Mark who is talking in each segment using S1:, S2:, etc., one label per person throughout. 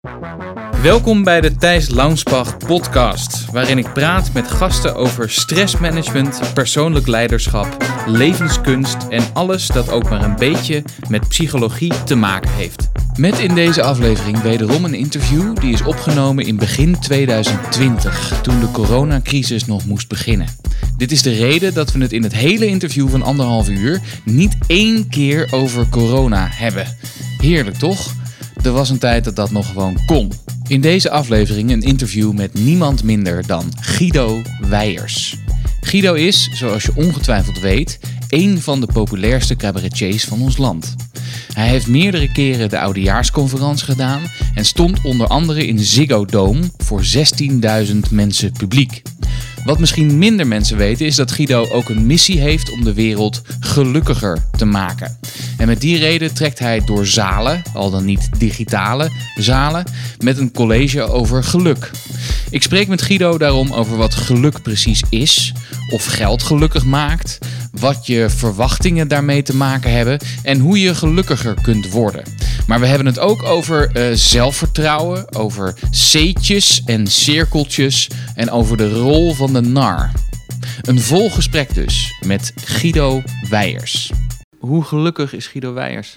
S1: Welkom bij de Thijs Launsbach podcast, waarin ik praat met gasten over stressmanagement, persoonlijk leiderschap, levenskunst en alles dat ook maar een beetje met psychologie te maken heeft. Met in deze aflevering wederom een interview die is opgenomen in begin 2020, toen de coronacrisis nog moest beginnen. Dit is de reden dat we het in het hele interview van 1,5 uur niet 1 keer over corona hebben. Heerlijk toch? Er was een tijd dat dat nog gewoon kon. In deze aflevering een interview met niemand minder dan Guido Wijers. Guido is, zoals je ongetwijfeld weet, één van de populairste cabaretiers van ons land. Hij heeft meerdere keren de oudejaarsconferentie gedaan en stond onder andere in de Ziggo Dome voor 16.000 mensen publiek. Wat misschien minder mensen weten is dat Guido ook een missie heeft om de wereld gelukkiger te maken. En met die reden trekt hij door zalen, al dan niet digitale zalen, met een college over geluk. Ik spreek met Guido daarom over wat geluk precies is, of geld gelukkig maakt, wat je verwachtingen daarmee te maken hebben en hoe je gelukkiger kunt worden. Maar we hebben het ook over zelfvertrouwen, over C'tjes en cirkeltjes en over de rol van de nar. Een vol gesprek dus met Guido Wijers. Hoe gelukkig is Guido Wijers?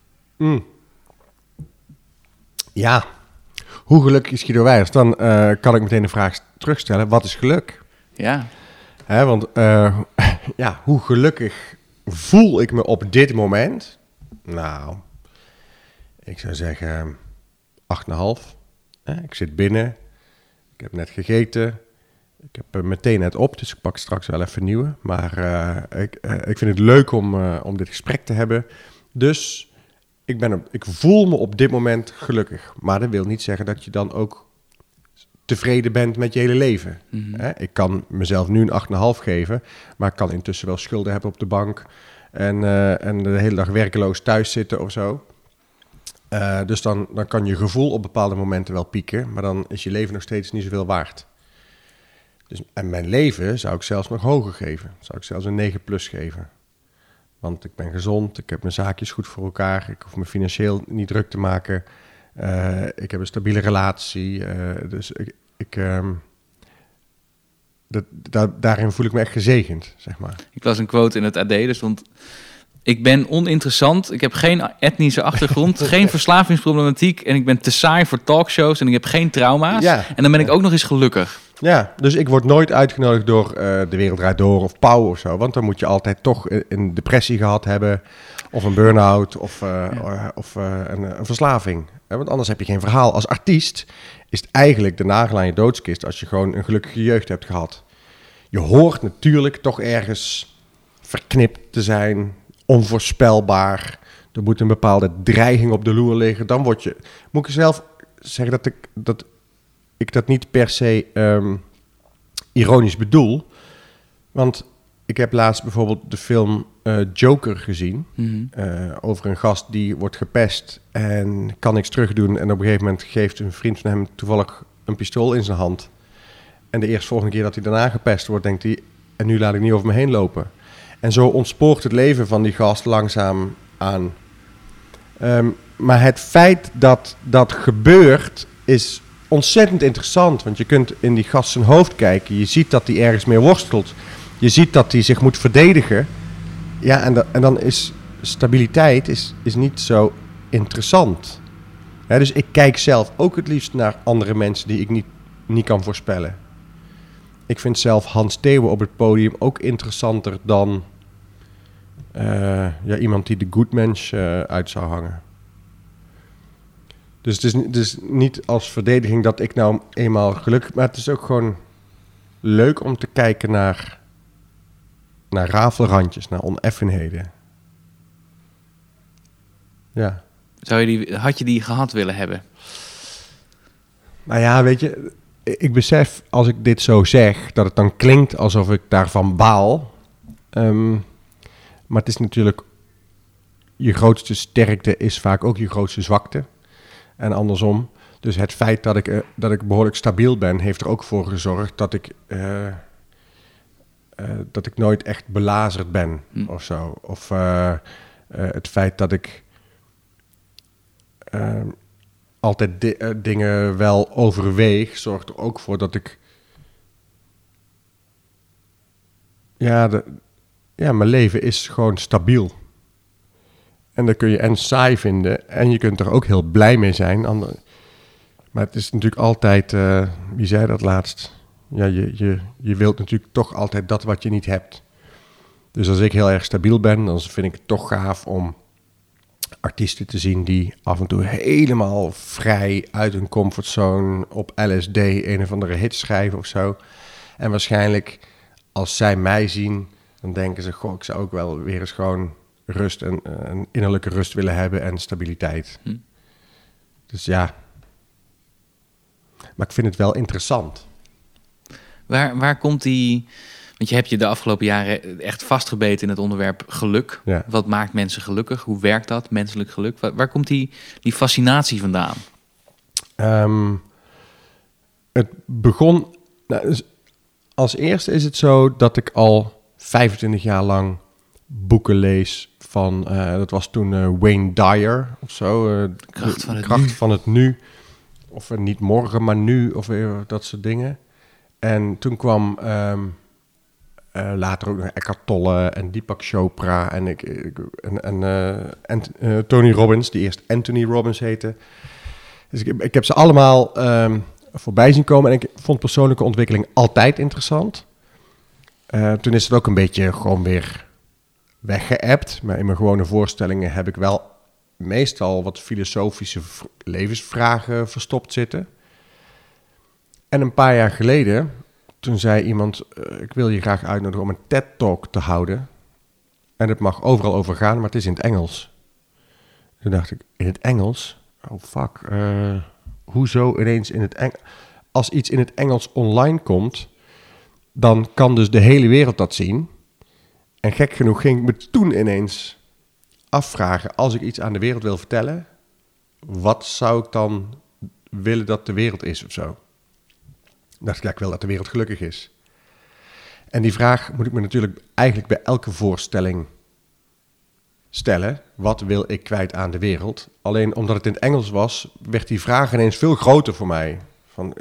S2: Ja, hoe gelukkig is Guido Wijers? Dan kan ik meteen de vraag terugstellen, wat is geluk?
S1: Ja.
S2: Want hoe gelukkig voel ik me op dit moment? Nou, ik zou zeggen 8,5. Ik zit binnen, ik heb net gegeten, ik heb meteen net op, dus ik pak straks wel even nieuwe. Maar ik vind het leuk om dit gesprek te hebben. Dus ik voel me op dit moment gelukkig. Maar dat wil niet zeggen dat je dan ook tevreden bent met je hele leven. Mm-hmm. Ik kan mezelf nu een 8,5 geven, maar ik kan intussen wel schulden hebben op de bank en de hele dag werkeloos thuis zitten of zo. Dus dan kan je gevoel op bepaalde momenten wel pieken, maar dan is je leven nog steeds niet zoveel waard. En mijn leven zou ik zelfs nog hoger geven. Zou ik zelfs een 9+ geven. Want ik ben gezond, ik heb mijn zaakjes goed voor elkaar, ik hoef me financieel niet druk te maken. Ik heb een stabiele relatie, dus daarin voel ik me echt gezegend, zeg maar.
S1: Ik las een quote in het AD, er stond: ik ben oninteressant, ik heb geen etnische achtergrond, geen verslavingsproblematiek en ik ben te saai voor talkshows en ik heb geen trauma's. Ja. En dan ben ik ook nog eens gelukkig.
S2: Ja, dus ik word nooit uitgenodigd door De Wereld Draait Door of Pauw of zo, want dan moet je altijd toch een depressie gehad hebben of een burn-out of een verslaving. Want anders heb je geen verhaal. Als artiest is het eigenlijk de nagel aan je doodskist als je gewoon een gelukkige jeugd hebt gehad. Je hoort natuurlijk toch ergens verknipt te zijn, onvoorspelbaar. Er moet een bepaalde dreiging op de loer liggen. Dan moet ik zelf zeggen dat ik dat niet per se ironisch bedoel. Want ik heb laatst bijvoorbeeld de film Joker gezien. Mm-hmm. Over een gast die wordt gepest en kan niks terugdoen. En op een gegeven moment geeft een vriend van hem toevallig een pistool in zijn hand. En de eerstvolgende keer dat hij daarna gepest wordt, denkt hij: en nu laat ik niet over me heen lopen. En zo ontspoort het leven van die gast langzaam aan. Maar het feit dat dat gebeurt is ontzettend interessant. Want je kunt in die gast zijn hoofd kijken. Je ziet dat hij ergens mee worstelt. Je ziet dat hij zich moet verdedigen. Ja, en dan is stabiliteit is niet zo interessant. Dus ik kijk zelf ook het liefst naar andere mensen die ik niet kan voorspellen. Ik vind zelf Hans Theeuwen op het podium ook interessanter dan iemand die de Goodmensch uit zou hangen. Dus het is niet als verdediging dat ik nou eenmaal gelukkig... Maar het is ook gewoon leuk om te kijken naar rafelrandjes, naar oneffenheden. Ja.
S1: Had je die gehad willen hebben?
S2: Nou ja, weet je, ik besef als ik dit zo zeg, dat het dan klinkt alsof ik daarvan baal. Maar het is natuurlijk, je grootste sterkte is vaak ook je grootste zwakte. En andersom. Dus het feit dat ik behoorlijk stabiel ben, heeft er ook voor gezorgd dat ik nooit echt belazerd ben of zo. Of het feit dat ik altijd dingen wel overweeg, zorgt er ook voor dat ik... mijn leven is gewoon stabiel. En dat kun je en saai vinden en je kunt er ook heel blij mee zijn. Maar het is natuurlijk altijd, wie zei dat laatst? Ja, je wilt natuurlijk toch altijd dat wat je niet hebt. Dus als ik heel erg stabiel ben, dan vind ik het toch gaaf om artiesten te zien die af en toe helemaal vrij uit hun comfortzone op LSD een of andere hit schrijven of zo. En waarschijnlijk als zij mij zien, dan denken ze, goh, ik zou ook wel weer eens gewoon rust en innerlijke rust willen hebben en stabiliteit. Dus ja. Maar ik vind het wel interessant.
S1: Waar komt die... Want je hebt je de afgelopen jaren echt vastgebeten in het onderwerp geluk.
S2: Ja.
S1: Wat maakt mensen gelukkig? Hoe werkt dat, menselijk geluk? Waar komt die fascinatie vandaan?
S2: Het begon... dus als eerste is het zo dat ik al 25 jaar lang boeken lees van... dat was toen Wayne Dyer of zo. Kracht van het nu. Of niet morgen, maar nu. Of dat soort dingen. En toen kwam... later ook nog Eckhart Tolle en Deepak Chopra en Tony Robbins, die eerst Anthony Robbins heette. Dus ik heb ze allemaal voorbij zien komen en ik vond persoonlijke ontwikkeling altijd interessant. Toen is het ook een beetje gewoon weer weggeëpt. Maar in mijn gewone voorstellingen heb ik wel meestal wat filosofische levensvragen verstopt zitten. En een paar jaar geleden... Toen zei iemand, ik wil je graag uitnodigen om een TED-talk te houden. En het mag overal over gaan, maar het is in het Engels. Toen dacht ik, in het Engels? Oh fuck, hoezo ineens in het Engels? Als iets in het Engels online komt, dan kan dus de hele wereld dat zien. En gek genoeg ging ik me toen ineens afvragen, als ik iets aan de wereld wil vertellen, wat zou ik dan willen dat de wereld is of zo? Dacht ik, ja, ik wil dat de wereld gelukkig is. En die vraag moet ik me natuurlijk eigenlijk bij elke voorstelling stellen. Wat wil ik kwijt aan de wereld? Alleen omdat het in het Engels was, werd die vraag ineens veel groter voor mij. Van,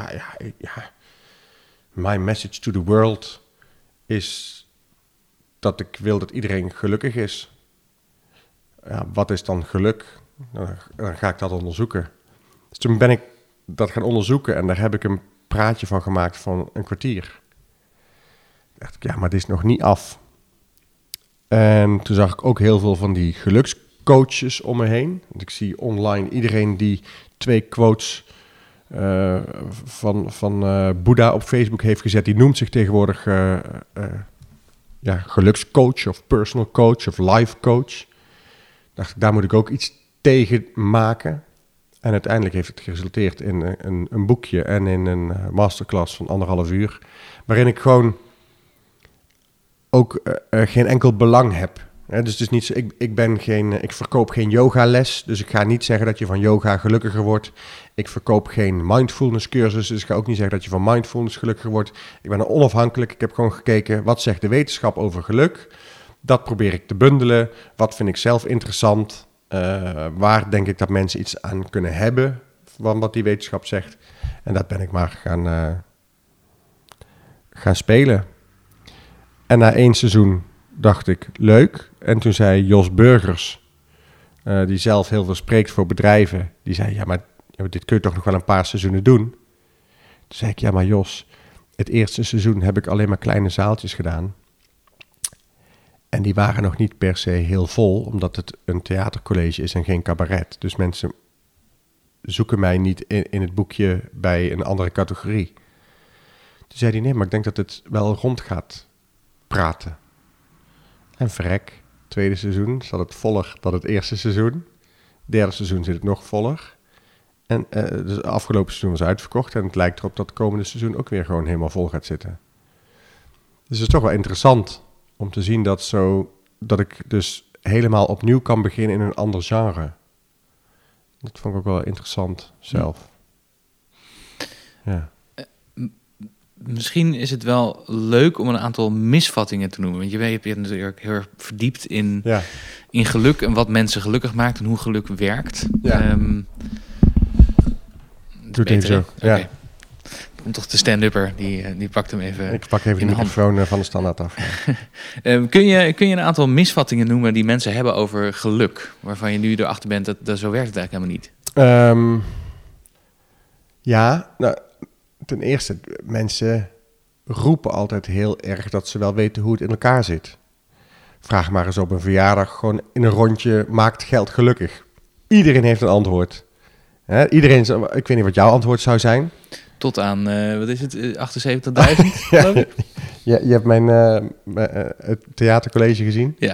S2: my message to the world is dat ik wil dat iedereen gelukkig is. Ja, wat is dan geluk? Dan ga ik dat onderzoeken. Dus toen ben ik dat gaan onderzoeken en daar heb ik een praatje van gemaakt van een kwartier. Toen dacht ik, ja, maar dit is nog niet af. En toen zag ik ook heel veel van die gelukscoaches om me heen. Want ik zie online iedereen die 2 quotes van Boeddha op Facebook heeft gezet. Die noemt zich tegenwoordig gelukscoach of personal coach of life coach. Dacht ik, daar moet ik ook iets tegen maken. En uiteindelijk heeft het geresulteerd in een boekje en in een masterclass van 1,5 uur. Waarin ik gewoon ook geen enkel belang heb. Dus het is niet zo, ik verkoop geen yogales. Dus ik ga niet zeggen dat je van yoga gelukkiger wordt. Ik verkoop geen mindfulness cursus. Dus ik ga ook niet zeggen dat je van mindfulness gelukkiger wordt. Ik ben onafhankelijk. Ik heb gewoon gekeken, wat zegt de wetenschap over geluk? Dat probeer ik te bundelen. Wat vind ik zelf interessant? Waar denk ik dat mensen iets aan kunnen hebben van wat die wetenschap zegt. En dat ben ik maar gaan spelen. En na 1 seizoen dacht ik, leuk. En toen zei Jos Burgers, die zelf heel veel spreekt voor bedrijven, die zei, ja, maar dit kun je toch nog wel een paar seizoenen doen? Toen zei ik, ja, maar Jos, het eerste seizoen heb ik alleen maar kleine zaaltjes gedaan. En die waren nog niet per se heel vol, omdat het een theatercollege is en geen cabaret. Dus mensen zoeken mij niet in het boekje bij een andere categorie. Toen zei hij, nee, maar ik denk dat het wel rond gaat praten. En verrek, 2e seizoen zat het voller dan het eerste seizoen. 3e seizoen zit het nog voller. En dus het afgelopen seizoen was uitverkocht. En het lijkt erop dat het komende seizoen ook weer gewoon helemaal vol gaat zitten. Dus het is toch wel interessant om te zien dat ik dus helemaal opnieuw kan beginnen in een ander genre. Dat vond ik ook wel interessant zelf. Ja.
S1: Misschien is het wel leuk om een aantal misvattingen te noemen. Want je hebt je natuurlijk heel erg verdiept in geluk en wat mensen gelukkig maakt en hoe geluk werkt.
S2: Ja. Doe het even zo, ja.
S1: Okay. Komt toch de stand-upper, die pakt hem even.
S2: Ik pak even de microfoon van de standaard af. Ja.
S1: Kun je een aantal misvattingen noemen die mensen hebben over geluk, waarvan je nu erachter bent dat zo werkt het eigenlijk helemaal niet?
S2: Ten eerste, mensen roepen altijd heel erg dat ze wel weten hoe het in elkaar zit. Vraag maar eens op een verjaardag, gewoon in een rondje, maakt geld gelukkig? Iedereen heeft een antwoord. Iedereen, ik weet niet wat jouw antwoord zou zijn.
S1: Tot aan, 78.000?
S2: Ja. Je hebt mijn het theatercollege gezien.
S1: Ja.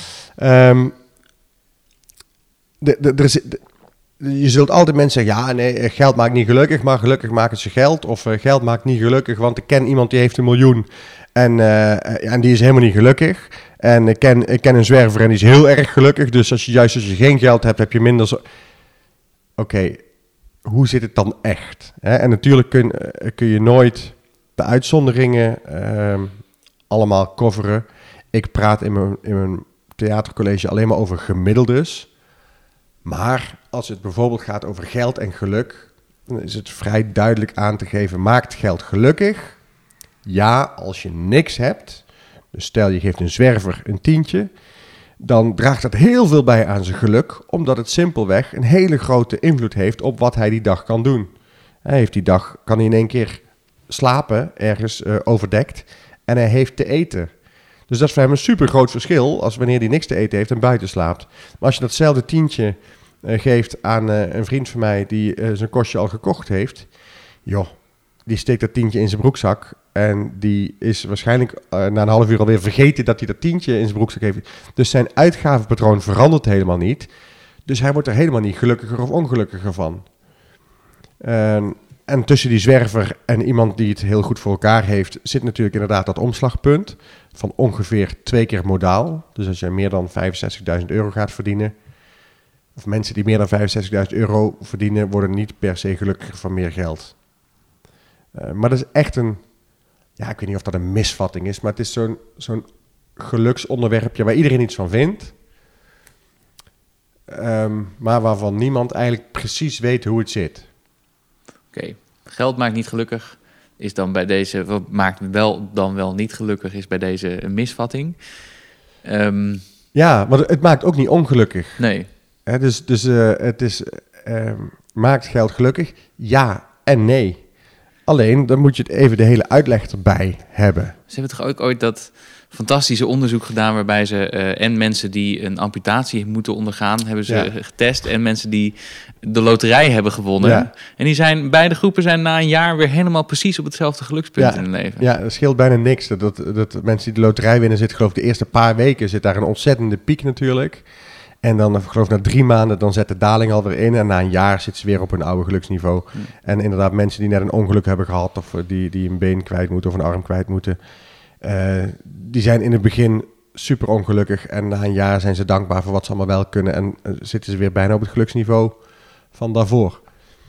S2: Je zult altijd mensen zeggen, ja, nee, geld maakt niet gelukkig, maar gelukkig maakt het je geld. Of geld maakt niet gelukkig, want ik ken iemand die heeft 1 miljoen en die is helemaal niet gelukkig. En ik ken een zwerver en die is heel erg gelukkig. Dus als je geen geld hebt, heb je minder... Oké, hoe zit het dan echt? En natuurlijk kun je nooit de uitzonderingen allemaal coveren. Ik praat in mijn theatercollege alleen maar over gemiddeldes. Maar als het bijvoorbeeld gaat over geld en geluk, dan is het vrij duidelijk aan te geven, maakt geld gelukkig? Ja, als je niks hebt, dus stel je geeft een zwerver een tientje, dan draagt dat heel veel bij aan zijn geluk, omdat het simpelweg een hele grote invloed heeft op wat hij die dag kan doen. Kan hij in 1 keer slapen, ergens overdekt, en hij heeft te eten. Dus dat is voor hem een super groot verschil als wanneer hij niks te eten heeft en buiten slaapt. Maar als je datzelfde tientje geeft aan een vriend van mij die zijn kostje al gekocht heeft, joh, die steekt dat tientje in zijn broekzak en die is waarschijnlijk na een half uur alweer vergeten dat hij dat tientje in zijn broekzak heeft. Dus zijn uitgavenpatroon verandert helemaal niet. Dus hij wordt er helemaal niet gelukkiger of ongelukkiger van. En tussen die zwerver en iemand die het heel goed voor elkaar heeft, zit natuurlijk inderdaad dat omslagpunt van ongeveer 2 keer modaal. Dus als je meer dan €65.000 gaat verdienen, of mensen die meer dan €65.000 verdienen, worden niet per se gelukkiger van meer geld. Maar dat is echt ik weet niet of dat een misvatting is, maar het is zo'n geluksonderwerpje waar iedereen iets van vindt. Maar waarvan niemand eigenlijk precies weet hoe het zit.
S1: Oké, geld maakt niet gelukkig. Is dan bij deze, wat maakt dan wel niet gelukkig, is bij deze een misvatting.
S2: Ja, maar het maakt ook niet ongelukkig.
S1: Nee.
S2: Dus het is, maakt geld gelukkig? Ja en nee. Alleen, dan moet je even de hele uitleg erbij hebben.
S1: Ze hebben toch ook ooit dat fantastische onderzoek gedaan waarbij ze en mensen die een amputatie moeten ondergaan, hebben ze getest, en mensen die de loterij hebben gewonnen. Ja. En beide groepen zijn na een jaar weer helemaal precies op hetzelfde gelukspunt in hun leven. Ja,
S2: dat scheelt bijna niks. Dat mensen die de loterij winnen, geloof ik de eerste paar weken zit daar een ontzettende piek natuurlijk. En dan, geloof ik, na 3 maanden, dan zet de daling alweer in. En na een jaar zitten ze weer op hun oude geluksniveau. En inderdaad, mensen die net een ongeluk hebben gehad, of die een been kwijt moeten of een arm kwijt moeten, die zijn in het begin super ongelukkig. En na een jaar zijn ze dankbaar voor wat ze allemaal wel kunnen. En zitten ze weer bijna op het geluksniveau van daarvoor.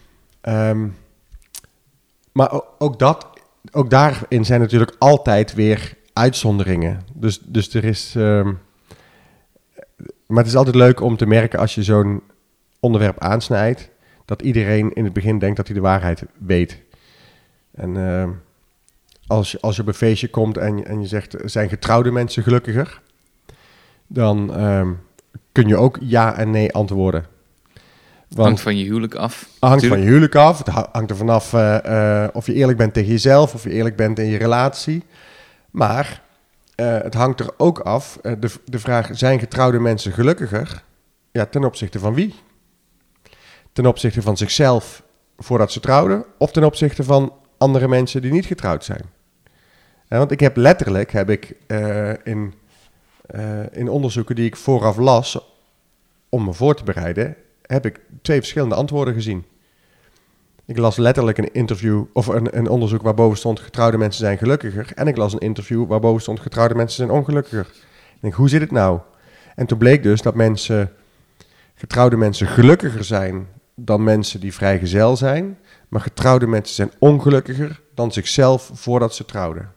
S2: Maar ook daarin zijn natuurlijk altijd weer uitzonderingen. Dus er is... Maar het is altijd leuk om te merken als je zo'n onderwerp aansnijdt, dat iedereen in het begin denkt dat hij de waarheid weet. En als je op een feestje komt en je zegt, zijn getrouwde mensen gelukkiger? Dan kun je ook ja en nee antwoorden.
S1: Hangt van je huwelijk af.
S2: Hangt van je huwelijk af. Het hangt er vanaf of je eerlijk bent tegen jezelf, of je eerlijk bent in je relatie. Maar het hangt er ook af, de vraag, zijn getrouwde mensen gelukkiger? Ja, ten opzichte van wie? Ten opzichte van zichzelf voordat ze trouwden, of ten opzichte van andere mensen die niet getrouwd zijn? Want ik heb letterlijk, in onderzoeken die ik vooraf las om me voor te bereiden, heb ik 2 verschillende antwoorden gezien. Ik las letterlijk een interview of een onderzoek waarboven stond getrouwde mensen zijn gelukkiger. En ik las een interview waarboven stond getrouwde mensen zijn ongelukkiger. Ik denk, hoe zit het nou? En toen bleek dus dat getrouwde mensen gelukkiger zijn dan mensen die vrijgezel zijn. Maar getrouwde mensen zijn ongelukkiger dan zichzelf voordat ze trouwden.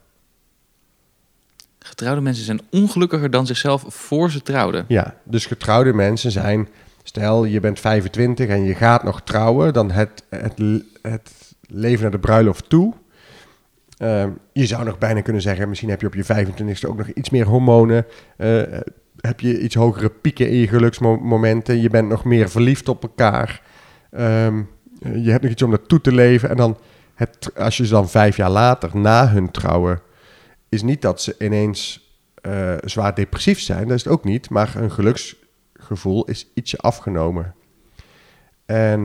S1: Getrouwde mensen zijn ongelukkiger dan zichzelf voor ze trouwden?
S2: Ja, dus getrouwde mensen zijn Stel, je bent 25 en je gaat nog trouwen, dan het leven naar de bruiloft toe. Je zou nog bijna kunnen zeggen, misschien heb je op je 25e ook nog iets meer hormonen. Heb je iets hogere pieken in je geluksmomenten. Je bent nog meer verliefd op elkaar. Je hebt nog iets om naartoe te leven. En dan, als je dan 5 jaar later, na hun trouwen, is niet dat ze ineens zwaar depressief zijn. Dat is het ook niet. Maar hun geluksgevoel is ietsje afgenomen. En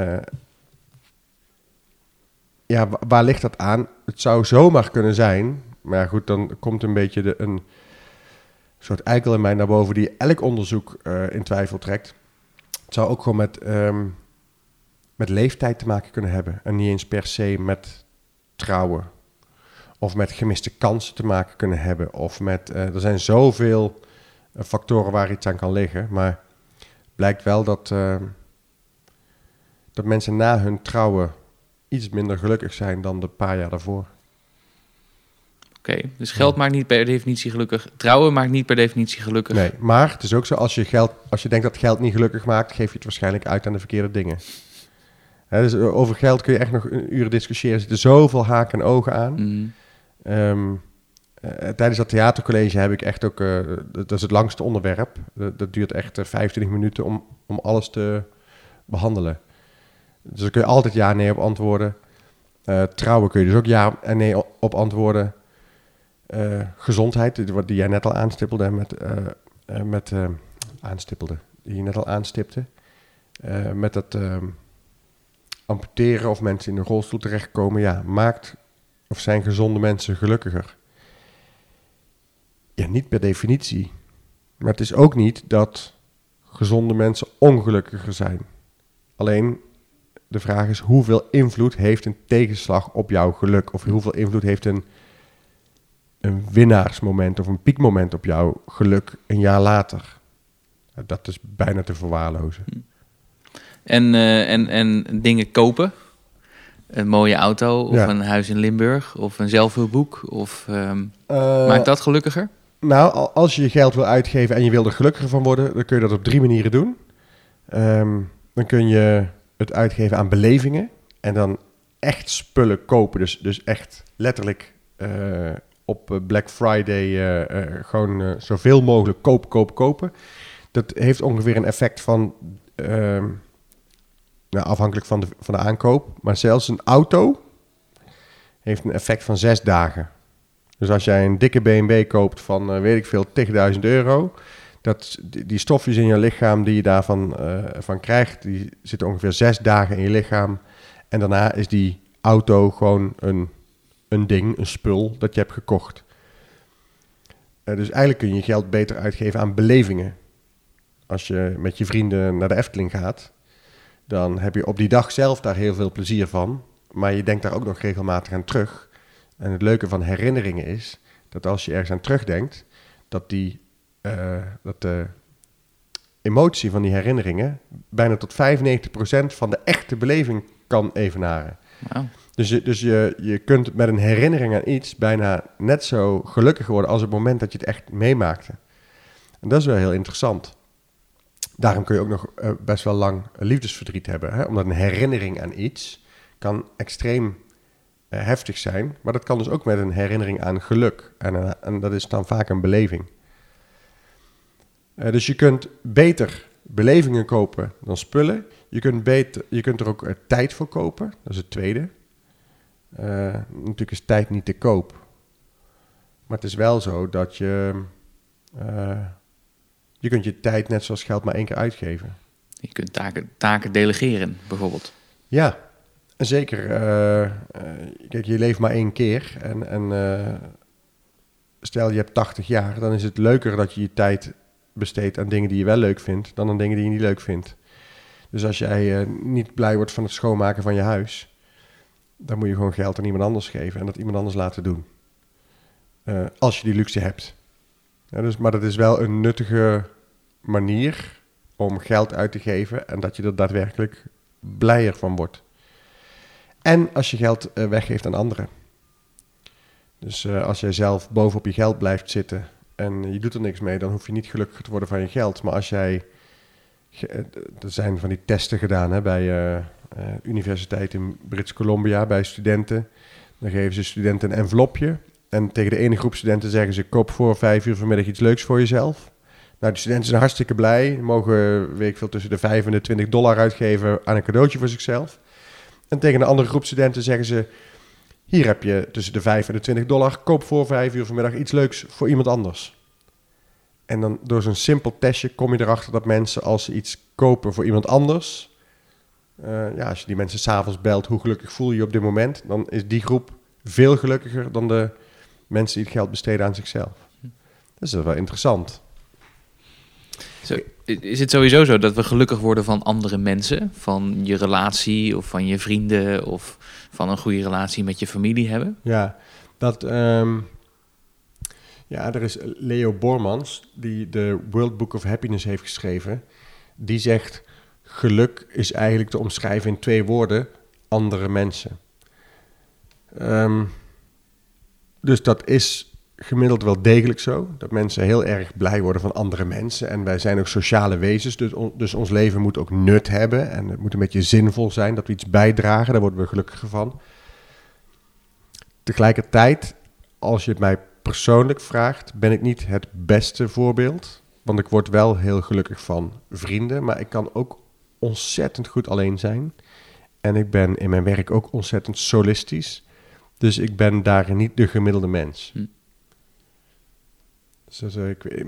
S2: waar ligt dat aan? Het zou zomaar kunnen zijn. Maar ja, goed, dan komt een beetje een soort eikel in mij naar boven die elk onderzoek in twijfel trekt. Het zou ook gewoon met leeftijd te maken kunnen hebben. En niet eens per se met trouwen. Of met gemiste kansen te maken kunnen hebben. Of met, er zijn zoveel factoren waar iets aan kan liggen. Maar het blijkt wel dat mensen na hun trouwen iets minder gelukkig zijn dan de paar jaar daarvoor.
S1: Oké, dus geld maakt niet per definitie gelukkig. Trouwen maakt niet per definitie gelukkig.
S2: Nee, maar het is ook zo, als je denkt dat geld niet gelukkig maakt, geef je het waarschijnlijk uit aan de verkeerde dingen. Dus over geld kun je echt nog een uur discussiëren. Er zitten zoveel haken en ogen aan. Tijdens dat theatercollege heb ik echt ook, dat is het langste onderwerp. Dat duurt echt 25 minuten om alles te behandelen. Dus daar kun je altijd ja en nee op antwoorden. Trouwen kun je dus ook ja en nee op antwoorden. Gezondheid, die jij net al aanstippelde, die je net al aanstipte. Met dat amputeren of mensen in een rolstoel terechtkomen, ja, maakt of zijn gezonde mensen gelukkiger? Ja, niet per definitie. Maar het is ook niet dat gezonde mensen ongelukkiger zijn. Alleen de vraag is, hoeveel invloed heeft een tegenslag op jouw geluk? Of hoeveel invloed heeft een winnaarsmoment of een piekmoment op jouw geluk een jaar later? Dat is bijna te verwaarlozen.
S1: En dingen kopen? Een mooie auto of een huis in Limburg of een zelfhulpboek? Of maakt dat gelukkiger?
S2: Nou, als je je geld wil uitgeven en je wil er gelukkiger van worden, dan kun je dat op 3 manieren doen. Dan kun je het uitgeven aan belevingen en dan echt spullen kopen. Dus echt letterlijk op Black Friday gewoon zoveel mogelijk kopen. Dat heeft ongeveer een effect van, afhankelijk van de aankoop, maar zelfs een auto heeft een effect van 6 dagen. Dus als jij een dikke BMW koopt van, weet ik veel, €10.000, die stofjes in je lichaam die je daarvan van krijgt, die zitten ongeveer 6 dagen in je lichaam. En daarna is die auto gewoon een ding, een spul dat je hebt gekocht. Dus eigenlijk kun je geld beter uitgeven aan belevingen. Als je met je vrienden naar de Efteling gaat, dan heb je op die dag zelf daar heel veel plezier van. Maar je denkt daar ook nog regelmatig aan terug. En het leuke van herinneringen is dat als je ergens aan terugdenkt, dat de emotie van die herinneringen bijna tot 95% van de echte beleving kan evenaren.
S1: Wow.
S2: Dus je kunt met een herinnering aan iets bijna net zo gelukkig worden als het moment dat je het echt meemaakte. En dat is wel heel interessant. Daarom kun je ook nog best wel lang liefdesverdriet hebben. Hè? Omdat een herinnering aan iets kan extreem heftig zijn. Maar dat kan dus ook met een herinnering aan geluk. En dat is dan vaak een beleving. Dus je kunt beter belevingen kopen dan spullen. Je kunt er ook tijd voor kopen. Dat is het tweede. Natuurlijk is tijd niet te koop. Maar het is wel zo dat je kunt je tijd net zoals geld maar 1 keer uitgeven.
S1: Je kunt taken delegeren, bijvoorbeeld.
S2: Ja, zeker. Kijk, je leeft maar 1 keer. En stel je hebt 80 jaar, dan is het leuker dat je je tijd besteedt aan dingen die je wel leuk vindt, dan aan dingen die je niet leuk vindt. Dus als jij niet blij wordt van het schoonmaken van je huis, dan moet je gewoon geld aan iemand anders geven en dat iemand anders laten doen. Als je die luxe hebt. Ja, maar dat is wel een nuttige manier om geld uit te geven en dat je er daadwerkelijk blijer van wordt. En als je geld weggeeft aan anderen. Dus als jij zelf bovenop je geld blijft zitten en je doet er niks mee, dan hoef je niet gelukkig te worden van je geld. Maar als jij Er zijn van die testen gedaan bij universiteit in British Columbia bij studenten. Dan geven ze studenten een envelopje. En tegen de ene groep studenten zeggen ze, koop voor 5 uur vanmiddag iets leuks voor jezelf. Nou, de studenten zijn hartstikke blij. Mogen, weet ik veel, tussen de $5 en de $20 uitgeven aan een cadeautje voor zichzelf. En tegen een andere groep studenten zeggen ze, hier heb je tussen de $5 en de $20. Koop voor 5 uur vanmiddag iets leuks voor iemand anders. En dan door zo'n simpel testje kom je erachter dat mensen, als ze iets kopen voor iemand anders, als je die mensen 's avonds belt, hoe gelukkig voel je je op dit moment, dan is die groep veel gelukkiger dan de mensen die het geld besteden aan zichzelf. Dus dat is wel interessant.
S1: Is het sowieso zo dat we gelukkig worden van andere mensen? Van je relatie of van je vrienden of van een goede relatie met je familie hebben?
S2: Ja, er is Leo Bormans, die de World Book of Happiness heeft geschreven. Die zegt, geluk is eigenlijk te omschrijven in 2 woorden, andere mensen. Dus dat is gemiddeld wel degelijk zo, dat mensen heel erg blij worden van andere mensen. En wij zijn ook sociale wezens, dus ons leven moet ook nut hebben. En het moet een beetje zinvol zijn, dat we iets bijdragen, daar worden we gelukkiger van. Tegelijkertijd, als je het mij persoonlijk vraagt, ben ik niet het beste voorbeeld. Want ik word wel heel gelukkig van vrienden, maar ik kan ook ontzettend goed alleen zijn. En ik ben in mijn werk ook ontzettend solistisch. Dus ik ben daarin niet de gemiddelde mens. Dus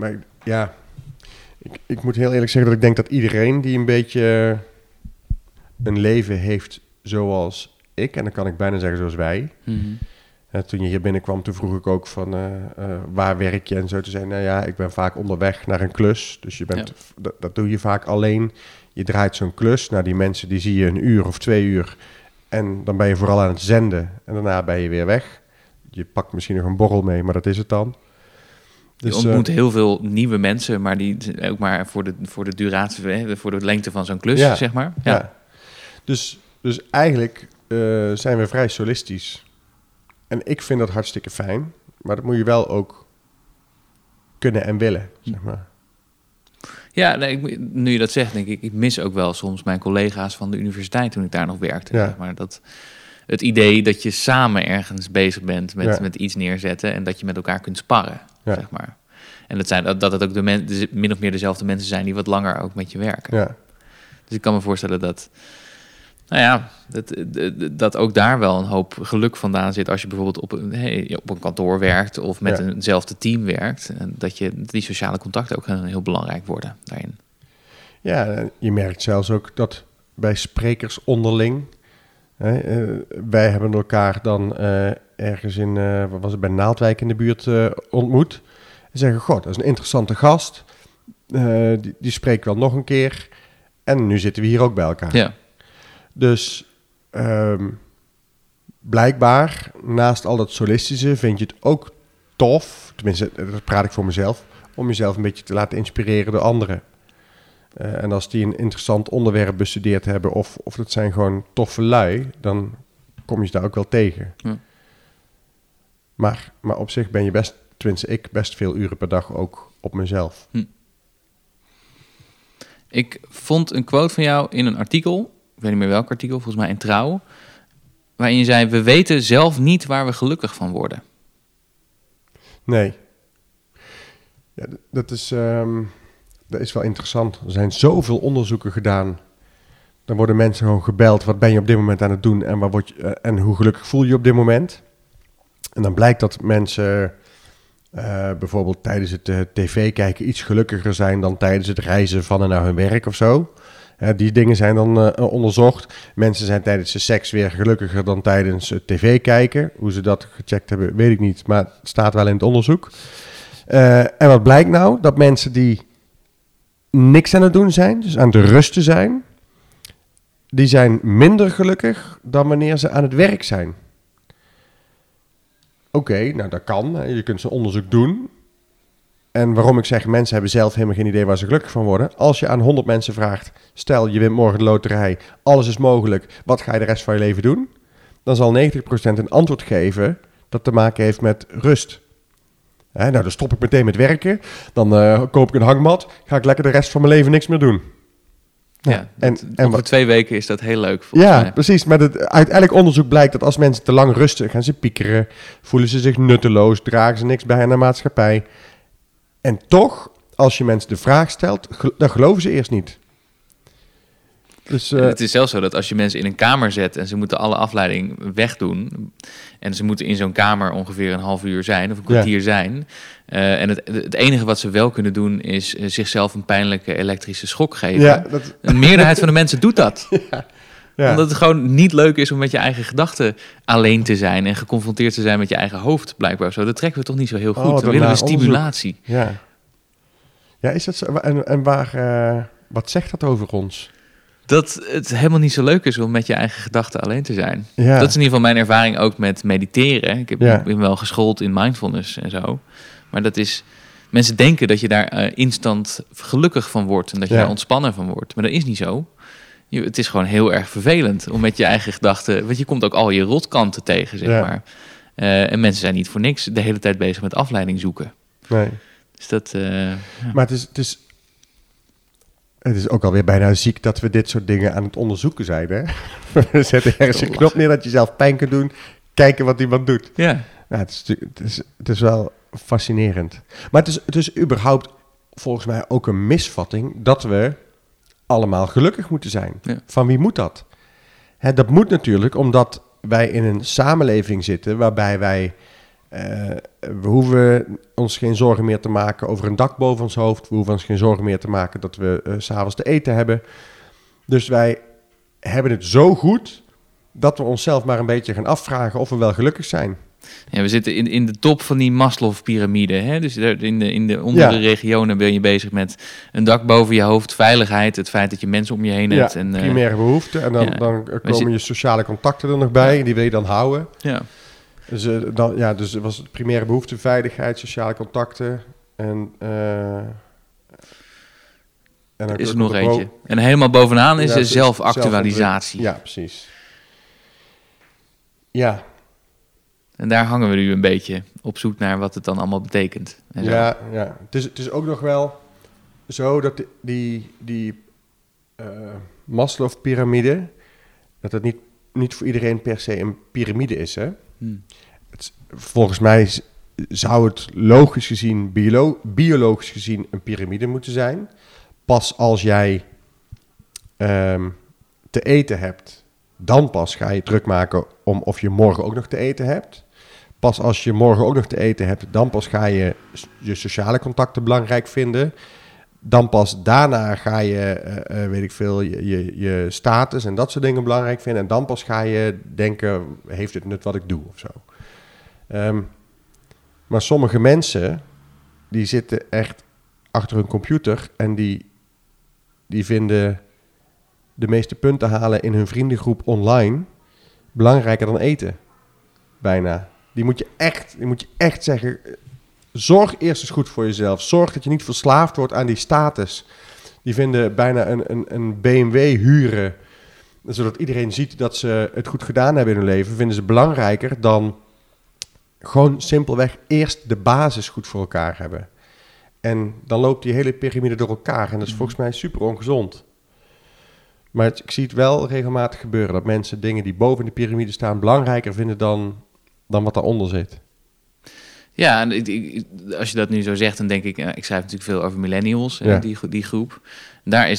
S2: ik moet heel eerlijk zeggen dat ik denk dat iedereen die een beetje een leven heeft zoals ik, en dan kan ik bijna zeggen zoals wij.
S1: Mm-hmm.
S2: Toen je hier binnenkwam, toen vroeg ik ook van waar werk je en zo. Te zeggen, nou ja, ik ben vaak onderweg naar een klus. Dus je bent, dat doe je vaak alleen. Je draait zo'n klus. Nou, die mensen die zie je 1 uur of 2 uur. En dan ben je vooral aan het zenden. En daarna ben je weer weg. Je pakt misschien nog een borrel mee, maar dat is het dan.
S1: Dus, je ontmoet heel veel nieuwe mensen, maar die ook maar voor de duratie, voor de lengte van zo'n klus, zeg maar. Ja.
S2: Dus eigenlijk zijn we vrij solistisch. En ik vind dat hartstikke fijn, maar dat moet je wel ook kunnen en willen, zeg maar.
S1: Ja, nu je dat zegt, denk ik mis ook wel soms mijn collega's van de universiteit toen ik daar nog werkte.
S2: Ja.
S1: Zeg maar, dat het idee dat je samen ergens bezig bent met iets neerzetten en dat je met elkaar kunt sparren, zeg maar. En dat het ook min of meer dezelfde mensen zijn die wat langer ook met je werken.
S2: Ja.
S1: Dus ik kan me voorstellen dat, dat ook daar wel een hoop geluk vandaan zit als je bijvoorbeeld op een kantoor werkt of met eenzelfde team werkt. En dat die sociale contacten ook heel belangrijk worden daarin. Ja,
S2: je merkt zelfs ook dat bij sprekers onderling, wij hebben elkaar dan ergens in, bij Naaldwijk in de buurt ontmoet. En zeggen, god, dat is een interessante gast. Die spreekt wel nog een keer. En nu zitten we hier ook bij elkaar.
S1: Ja.
S2: Dus blijkbaar, naast al dat solistische, vind je het ook tof, tenminste, dat praat ik voor mezelf, om jezelf een beetje te laten inspireren door anderen. En als die een interessant onderwerp bestudeerd hebben, of dat zijn gewoon toffe lui, dan kom je ze daar ook wel tegen. Ja. Maar op zich ben je best veel uren per dag ook op mezelf.
S1: Ik vond een quote van jou in een artikel, ik weet niet meer welk artikel, volgens mij in Trouw, waarin je zei, we weten zelf niet waar we gelukkig van worden.
S2: Nee. Ja, dat is wel interessant. Er zijn zoveel onderzoeken gedaan. Dan worden mensen gewoon gebeld, wat ben je op dit moment aan het doen en hoe gelukkig voel je op dit moment? En dan blijkt dat mensen bijvoorbeeld tijdens het tv kijken iets gelukkiger zijn dan tijdens het reizen van en naar hun werk of zo. Die dingen zijn dan onderzocht. Mensen zijn tijdens de seks weer gelukkiger dan tijdens het tv kijken. Hoe ze dat gecheckt hebben, weet ik niet. Maar het staat wel in het onderzoek. En wat blijkt nou? Dat mensen die niks aan het doen zijn, dus aan het rusten zijn, die zijn minder gelukkig dan wanneer ze aan het werk zijn. Oké, nou dat kan. Je kunt zo'n onderzoek doen. En waarom ik zeg, mensen hebben zelf helemaal geen idee waar ze gelukkig van worden. Als je aan 100 mensen vraagt, stel je wint morgen de loterij, alles is mogelijk, wat ga je de rest van je leven doen? Dan zal 90% een antwoord geven dat te maken heeft met rust. Nou, dan stop ik meteen met werken, dan koop ik een hangmat, ga ik lekker de rest van mijn leven niks meer doen.
S1: Ja, over 2 weken is dat heel leuk volgens mij.
S2: Precies. Maar uiteindelijk onderzoek blijkt dat als mensen te lang rusten, gaan ze piekeren, voelen ze zich nutteloos, dragen ze niks bij aan de maatschappij. En toch, als je mensen de vraag stelt, dan geloven ze eerst niet. Dus,
S1: het is zelfs zo dat als je mensen in een kamer zet en ze moeten alle afleiding wegdoen en ze moeten in zo'n kamer ongeveer een half uur zijn of een kwartier zijn. En het enige wat ze wel kunnen doen is zichzelf een pijnlijke elektrische schok geven.
S2: Ja,
S1: Een meerderheid van de mensen doet dat.
S2: Ja.
S1: Omdat het gewoon niet leuk is om met je eigen gedachten alleen te zijn en geconfronteerd te zijn met je eigen hoofd, blijkbaar zo. Dat trekken we toch niet zo heel goed. Dan willen we stimulatie.
S2: Ja, is dat zo? En waar, wat zegt dat over ons?
S1: Dat het helemaal niet zo leuk is om met je eigen gedachten alleen te zijn.
S2: Ja.
S1: Dat is in ieder geval mijn ervaring ook met mediteren. Ik ben wel geschoold in mindfulness en zo. Maar dat is... Mensen denken dat je daar instant gelukkig van wordt en dat je daar ontspannen van wordt. Maar dat is niet zo. Het is gewoon heel erg vervelend om met je eigen gedachten... Want je komt ook al je rotkanten tegen, zeg maar. En mensen zijn niet voor niks de hele tijd bezig met afleiding zoeken.
S2: Nee.
S1: Dus dat...
S2: Maar het is ook alweer bijna ziek dat we dit soort dingen aan het onderzoeken zijn. Hè? We zetten ergens een knop neer dat je zelf pijn kunt doen. Kijken wat iemand doet.
S1: Ja.
S2: Het is wel fascinerend. Maar het is überhaupt volgens mij ook een misvatting dat we allemaal gelukkig moeten zijn.
S1: Ja.
S2: Van wie moet dat? Dat moet natuurlijk omdat wij in een samenleving zitten waarbij wij... we hoeven ons geen zorgen meer te maken over een dak boven ons hoofd. We hoeven ons geen zorgen meer te maken dat we 's avonds te eten hebben. Dus wij hebben het zo goed dat we onszelf maar een beetje gaan afvragen of we wel gelukkig zijn.
S1: Ja, we zitten in de top van die Maslow-pyramide. Hè? Dus in de ondere regionen ben je bezig met een dak boven je hoofd, veiligheid, het feit dat je mensen om je heen hebt.
S2: En, primaire behoeften. En dan komen je sociale contacten er nog bij en die wil je dan houden.
S1: Ja.
S2: Dus was het primaire behoefte, veiligheid, sociale contacten en dan
S1: is er nog eentje. En helemaal bovenaan is zelfactualisatie.
S2: Ja, precies. Ja. En
S1: daar hangen we nu een beetje op zoek naar wat het dan allemaal betekent. En zo.
S2: Ja. Het is ook nog wel zo dat die Maslow-pyramide, dat het niet voor iedereen per se een piramide is, hè? Volgens mij zou het logisch gezien, biologisch gezien, een piramide moeten zijn. Pas als jij te eten hebt, dan pas ga je druk maken om of je morgen ook nog te eten hebt. Pas als je morgen ook nog te eten hebt, dan pas ga je je sociale contacten belangrijk vinden. Dan pas daarna ga je, je status en dat soort dingen belangrijk vinden. En dan pas ga je denken, heeft het nut wat ik doe of zo. Maar sommige mensen, die zitten echt achter hun computer en die vinden de meeste punten halen in hun vriendengroep online belangrijker dan eten. Bijna. Die moet je echt zeggen, zorg eerst eens goed voor jezelf. Zorg dat je niet verslaafd wordt aan die status. Die vinden bijna een BMW huren, zodat iedereen ziet dat ze het goed gedaan hebben in hun leven, vinden ze belangrijker dan gewoon simpelweg eerst de basis goed voor elkaar hebben. En dan loopt die hele piramide door elkaar. En dat is volgens mij super ongezond. Maar ik zie het wel regelmatig gebeuren. Dat mensen dingen die boven de piramide staan belangrijker vinden dan wat daaronder zit. Ja,
S1: en als je dat nu zo zegt, dan denk ik... ik schrijf natuurlijk veel over millennials, die groep. Daar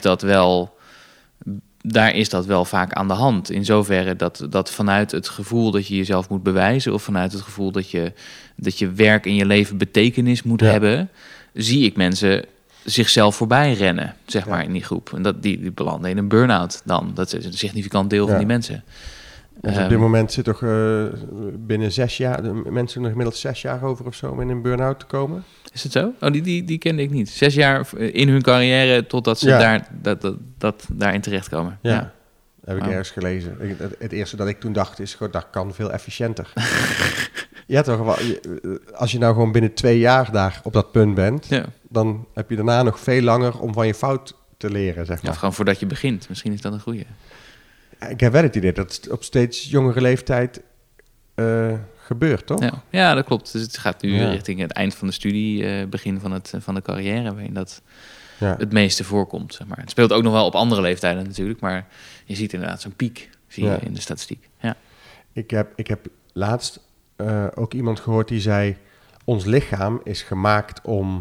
S1: is dat wel vaak aan de hand. In zoverre dat vanuit het gevoel dat je jezelf moet bewijzen, of vanuit het gevoel dat je werk in je leven betekenis moet hebben, zie ik mensen zichzelf voorbij rennen, zeg maar, in die groep. En die belanden in een burn-out dan. Dat is een significant deel van die mensen.
S2: Dus op dit moment zit toch binnen 6 jaar... mensen nog gemiddeld 6 jaar over of zo om in een burn-out te komen.
S1: Is het zo? Oh, die kende ik niet. 6 jaar in hun carrière totdat ze daarin terechtkomen.
S2: Ja, heb ik ergens gelezen. Het eerste dat ik toen dacht is, dat kan veel efficiënter. Ja, toch? Als je nou gewoon binnen 2 jaar daar op dat punt bent, dan heb je daarna nog veel langer om van je fout te leren, zeg maar.
S1: Ja, gewoon voordat je begint. Misschien is dat een goeie.
S2: Ik heb wel het idee dat het op steeds jongere leeftijd gebeurt, toch?
S1: Ja, dat klopt. Dus het gaat nu richting het eind van de studie, begin van de carrière, waarin dat het meeste voorkomt. Zeg maar. Het speelt ook nog wel op andere leeftijden natuurlijk, maar je ziet inderdaad zo'n piek in de statistiek. Ja.
S2: Ik heb laatst ook iemand gehoord die zei, ons lichaam is gemaakt om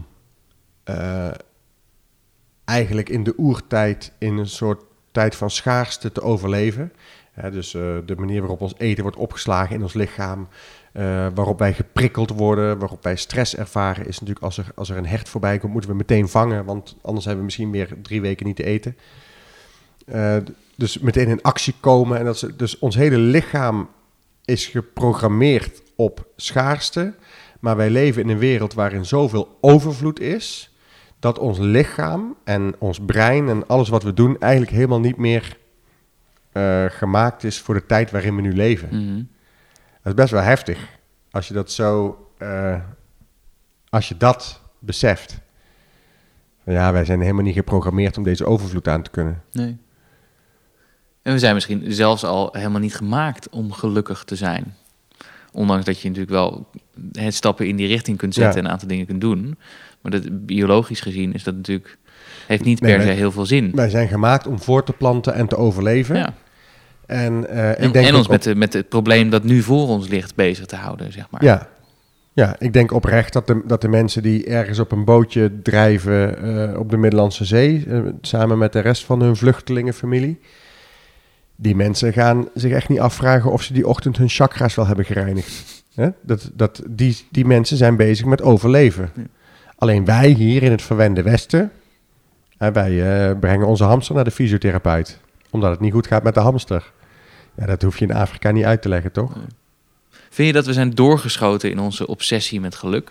S2: eigenlijk in de oertijd in een soort tijd van schaarste te overleven. Dus de manier waarop ons eten wordt opgeslagen in ons lichaam, waarop wij geprikkeld worden, waarop wij stress ervaren, is natuurlijk als er een hert voorbij komt, moeten we meteen vangen, want anders hebben we misschien weer 3 weken niet te eten. Dus meteen in actie komen. En dus ons hele lichaam is geprogrammeerd op schaarste, maar wij leven in een wereld waarin zoveel overvloed is, dat ons lichaam en ons brein en alles wat we doen eigenlijk helemaal niet meer gemaakt is voor de tijd waarin we nu leven.
S1: Mm-hmm.
S2: Dat is best wel heftig als je dat zo, als je dat beseft. Ja, wij zijn helemaal niet geprogrammeerd om deze overvloed aan te kunnen.
S1: Nee. En we zijn misschien zelfs al helemaal niet gemaakt om gelukkig te zijn. Ondanks dat je natuurlijk wel stappen in die richting kunt zetten en een aantal dingen kunt doen. Maar dat, biologisch gezien is dat natuurlijk, heeft niet per se heel veel zin. Wij
S2: zijn gemaakt om voort te planten en te overleven.
S1: Ja.
S2: Ik denk
S1: ons met het probleem dat nu voor ons ligt bezig te houden, zeg maar.
S2: Ja, ik denk oprecht dat de mensen die ergens op een bootje drijven op de Middellandse Zee, samen met de rest van hun vluchtelingenfamilie, die mensen gaan zich echt niet afvragen of ze die ochtend hun chakra's wel hebben gereinigd. Die mensen zijn bezig met overleven. Ja. Alleen wij hier in het verwende Westen, wij brengen onze hamster naar de fysiotherapeut, omdat het niet goed gaat met de hamster. Ja, dat hoef je in Afrika niet uit te leggen, toch?
S1: Nee. Vind je dat we zijn doorgeschoten in onze obsessie met geluk?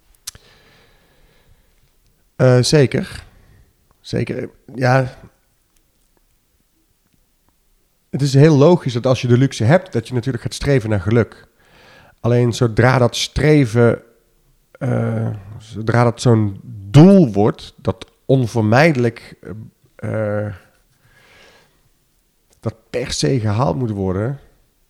S2: Zeker. Zeker. Ja. Het is heel logisch dat als je de luxe hebt, dat je natuurlijk gaat streven naar geluk. Alleen zodra dat streven, zodra dat zo'n doel wordt, dat onvermijdelijk dat per se gehaald moet worden,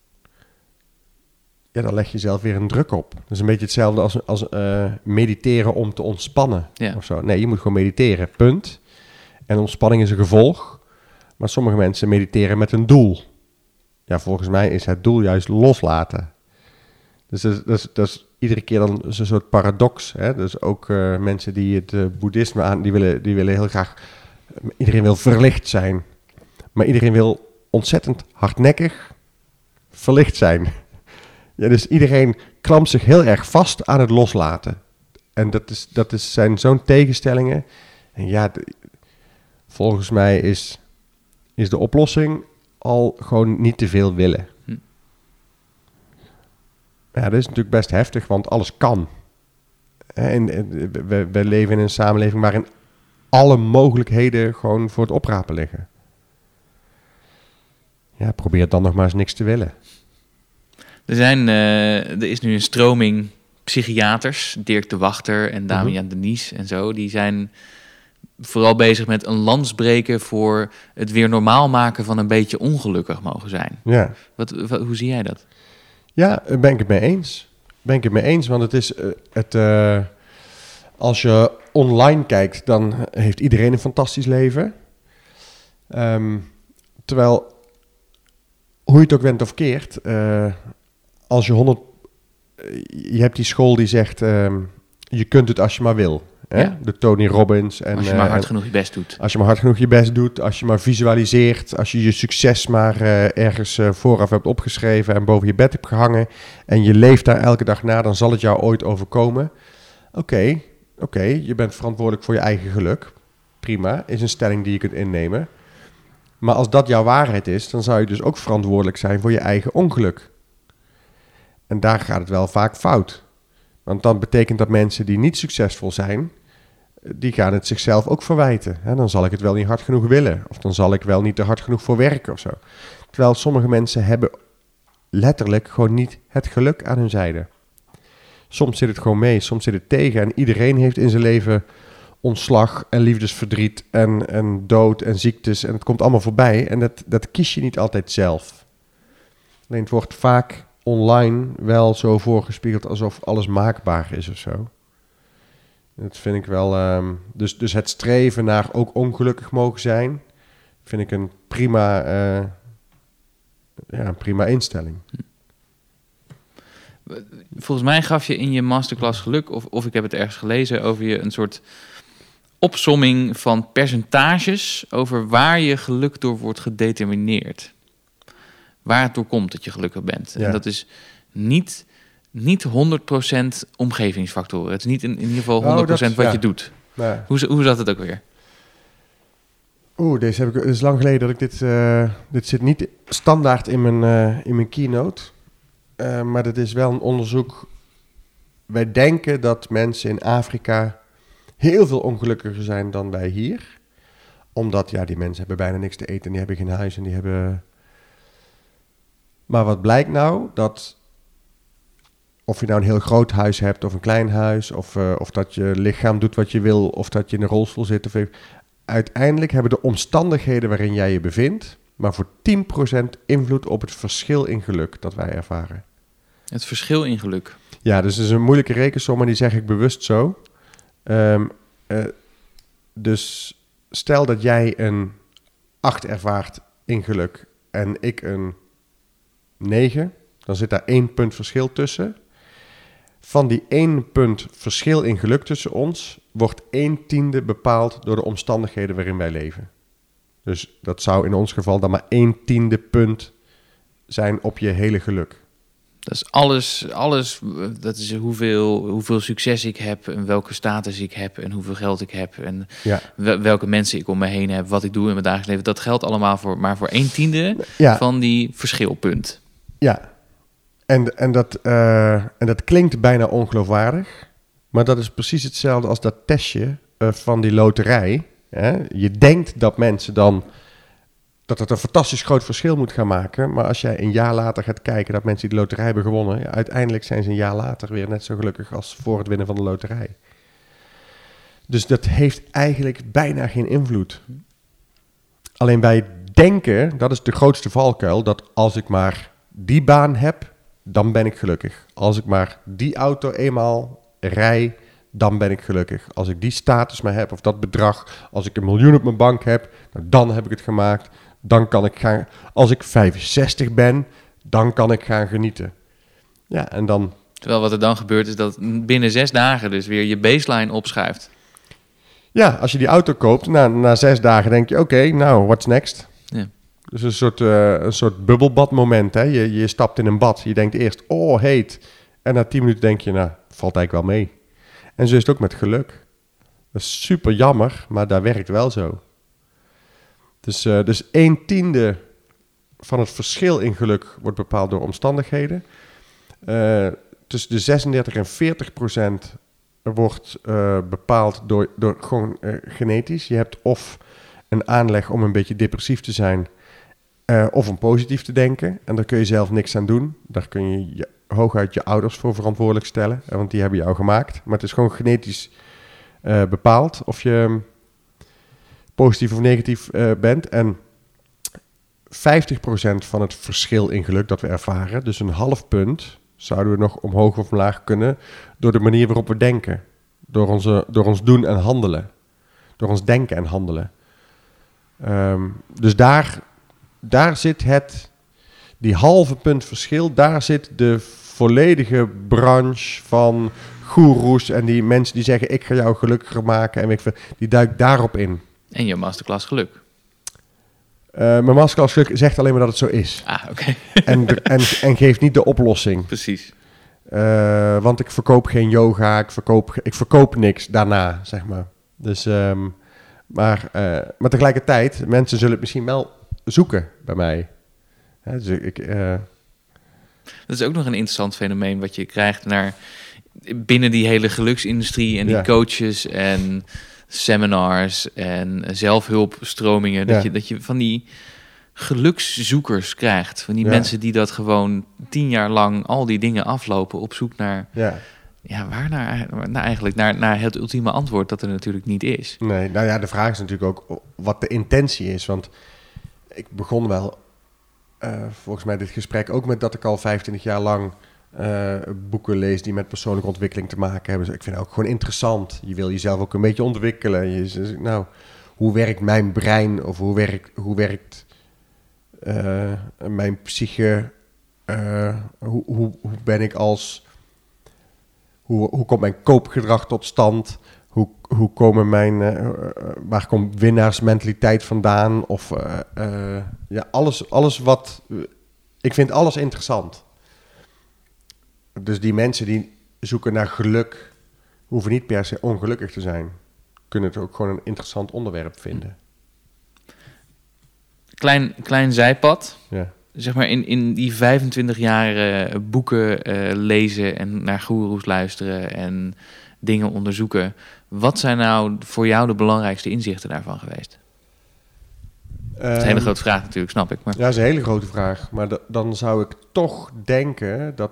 S2: ja, dan leg je zelf weer een druk op. Dat is een beetje hetzelfde als mediteren om te ontspannen.
S1: Ja.
S2: Of zo. Nee, je moet gewoon mediteren, punt. En ontspanning is een gevolg. Maar sommige mensen mediteren met een doel. Ja, volgens mij is het doel juist loslaten. Dus dat is iedere keer dan een soort paradox. Hè? Dus ook mensen die het boeddhisme aan, die willen heel graag, iedereen wil verlicht zijn. Maar iedereen wil ontzettend hardnekkig verlicht zijn. Ja, dus iedereen klampt zich heel erg vast aan het loslaten. En zijn zo'n tegenstellingen. En ja, volgens mij is de oplossing al gewoon niet te veel willen. Ja, dat is natuurlijk best heftig, want alles kan. En we leven in een samenleving waarin alle mogelijkheden gewoon voor het oprapen liggen. Ja, probeer dan nog maar eens niks te willen.
S1: Er is nu een stroming psychiaters, Dirk de Wachter en Damian Denies en zo. Die zijn vooral bezig met een lans breken voor het weer normaal maken van een beetje ongelukkig mogen zijn.
S2: Ja.
S1: Hoe zie jij dat?
S2: Ja, ben ik het mee eens. Want het is als je online kijkt, dan heeft iedereen een fantastisch leven. Terwijl, hoe je het ook went of keert, als je je hebt die school die zegt, je kunt het als je maar wil. Hè?
S1: Ja.
S2: De Tony Robbins. En,
S1: als je maar hard genoeg je best doet.
S2: Als je maar hard genoeg je best doet, als je maar visualiseert, als je je succes maar ergens vooraf hebt opgeschreven en boven je bed hebt gehangen en je leeft daar elke dag na, dan zal het jou ooit overkomen. Oké, je bent verantwoordelijk voor je eigen geluk. Prima, is een stelling die je kunt innemen. Maar als dat jouw waarheid is, dan zou je dus ook verantwoordelijk zijn voor je eigen ongeluk. En daar gaat het wel vaak fout. Want dan betekent dat mensen die niet succesvol zijn, die gaan het zichzelf ook verwijten. Dan zal ik het wel niet hard genoeg willen. Of dan zal ik wel niet te hard genoeg voor werken of zo. Terwijl sommige mensen hebben letterlijk gewoon niet het geluk aan hun zijde. Soms zit het gewoon mee, soms zit het tegen. En iedereen heeft in zijn leven ontslag en liefdesverdriet en dood en ziektes. En het komt allemaal voorbij. En dat kies je niet altijd zelf. Alleen het wordt vaak online wel zo voorgespiegeld alsof alles maakbaar is of zo. Dat vind ik wel... Dus het streven naar ook ongelukkig mogen zijn... vind ik een prima instelling.
S1: Volgens mij gaf je in je masterclass geluk... of ik heb het ergens gelezen over je een soort opsomming van percentages... over waar je geluk door wordt gedetermineerd. Waar het door komt dat je gelukkig bent. Ja. En dat is niet 100% omgevingsfactoren. Het is niet in ieder geval 100% wat je doet. Nee. Hoe zat het ook weer?
S2: Deze heb ik. Het is lang geleden dat ik dit zit niet standaard in mijn keynote. Maar dat is wel een onderzoek. Wij denken dat mensen in Afrika heel veel ongelukkiger zijn dan wij hier. Omdat, die mensen hebben bijna niks te eten en die hebben geen huis en die hebben... Maar wat blijkt nou? Dat of je nou een heel groot huis hebt of een klein huis... of dat je lichaam doet wat je wil of dat je in een rolstoel zit... uiteindelijk hebben de omstandigheden waarin jij je bevindt... maar voor 10% invloed op het verschil in geluk dat wij ervaren.
S1: Het verschil in geluk?
S2: Ja, dus het is een moeilijke rekensom, maar die zeg ik bewust zo. Dus stel dat jij een 8 ervaart in geluk en ik een 9... dan zit daar 1 punt verschil tussen. Van die 1 punt verschil in geluk tussen ons... wordt 1/10 bepaald door de omstandigheden waarin wij leven. Dus dat zou in ons geval dan maar 1/10 punt zijn op je hele geluk.
S1: Dat is alles. Dat is hoeveel succes ik heb en welke status ik heb en hoeveel geld ik heb en welke mensen ik om me heen heb, wat ik doe in mijn dagelijks leven. Dat geldt allemaal voor 1/10 van die verschilpunt.
S2: Ja, en dat klinkt bijna ongeloofwaardig, maar dat is precies hetzelfde als dat testje van die loterij. Hè? Je denkt dat mensen dan... dat het een fantastisch groot verschil moet gaan maken. Maar als jij een jaar later gaat kijken dat mensen die de loterij hebben gewonnen... uiteindelijk zijn ze een jaar later weer net zo gelukkig als voor het winnen van de loterij. Dus dat heeft eigenlijk bijna geen invloed. Alleen wij denken, dat is de grootste valkuil... dat als ik maar die baan heb, dan ben ik gelukkig. Als ik maar die auto eenmaal rij... dan ben ik gelukkig. Als ik die status maar heb of dat bedrag... als ik 1 miljoen op mijn bank heb, dan heb ik het gemaakt... Dan kan ik gaan, als ik 65 ben, dan kan ik gaan genieten. Ja, en dan...
S1: Terwijl wat er dan gebeurt is dat binnen 6 dagen dus weer je baseline opschuift.
S2: Ja, als je die auto koopt, na 6 dagen denk je, oké, nou, what's next? Ja. Dus een soort bubbelbadmoment, hè. Je stapt in een bad, je denkt eerst, oh, heet. En na 10 minuten denk je, nou, valt eigenlijk wel mee. En zo is het ook met geluk. Dat is super jammer, maar dat werkt wel zo. Dus 1/10 van het verschil in geluk wordt bepaald door omstandigheden. Tussen de 36 en 40% wordt bepaald door gewoon genetisch. Je hebt of een aanleg om een beetje depressief te zijn... of om positief te denken. En daar kun je zelf niks aan doen. Daar kun je hooguit je ouders voor verantwoordelijk stellen. Want die hebben jou gemaakt. Maar het is gewoon genetisch bepaald of je... positief of negatief bent. En 50% van het verschil in geluk dat we ervaren... dus een half punt... zouden we nog omhoog of omlaag kunnen... door de manier waarop we denken. Door ons doen en handelen. Door ons denken en handelen. Dus daar zit die halve punt verschil... daar zit de volledige branche van goeroes... en die mensen die zeggen... ik ga jou gelukkiger maken... en die duikt daarop in.
S1: En je masterclass geluk?
S2: Mijn masterclass geluk zegt alleen maar dat het zo is.
S1: Ah, oké.
S2: En geeft niet de oplossing.
S1: Precies.
S2: Want ik verkoop geen yoga, ik verkoop niks daarna, zeg maar. Dus, maar tegelijkertijd, mensen zullen het misschien wel zoeken bij mij. Dus
S1: dat is ook nog een interessant fenomeen wat je krijgt binnen die hele geluksindustrie en die coaches en... seminars en zelfhulpstromingen, dat je van die gelukszoekers krijgt. Van die mensen die dat gewoon 10 jaar lang al die dingen aflopen op zoek naar... naar het ultieme antwoord dat er natuurlijk niet is.
S2: Nee, nou ja, de vraag is natuurlijk ook wat de intentie is. Want ik begon wel volgens mij dit gesprek ook met dat ik al 25 jaar lang boeken lees die met persoonlijke ontwikkeling te maken hebben. Dus ik vind het ook gewoon interessant. Je wil jezelf ook een beetje ontwikkelen. Hoe werkt mijn brein? Of hoe werkt mijn psyche? Hoe ben ik hoe komt mijn koopgedrag tot stand? Hoe komen waar komt winnaarsmentaliteit vandaan? Of alles wat... Ik vind alles interessant. Dus die mensen die zoeken naar geluk, hoeven niet per se ongelukkig te zijn. Kunnen het ook gewoon een interessant onderwerp vinden.
S1: Klein zijpad.
S2: Ja.
S1: Zeg maar in die 25 jaar boeken lezen en naar goeroes luisteren en dingen onderzoeken. Wat zijn nou voor jou de belangrijkste inzichten daarvan geweest? Dat is een hele grote vraag natuurlijk, snap ik. Maar...
S2: Ja, dat is een hele grote vraag. Maar dan zou ik toch denken dat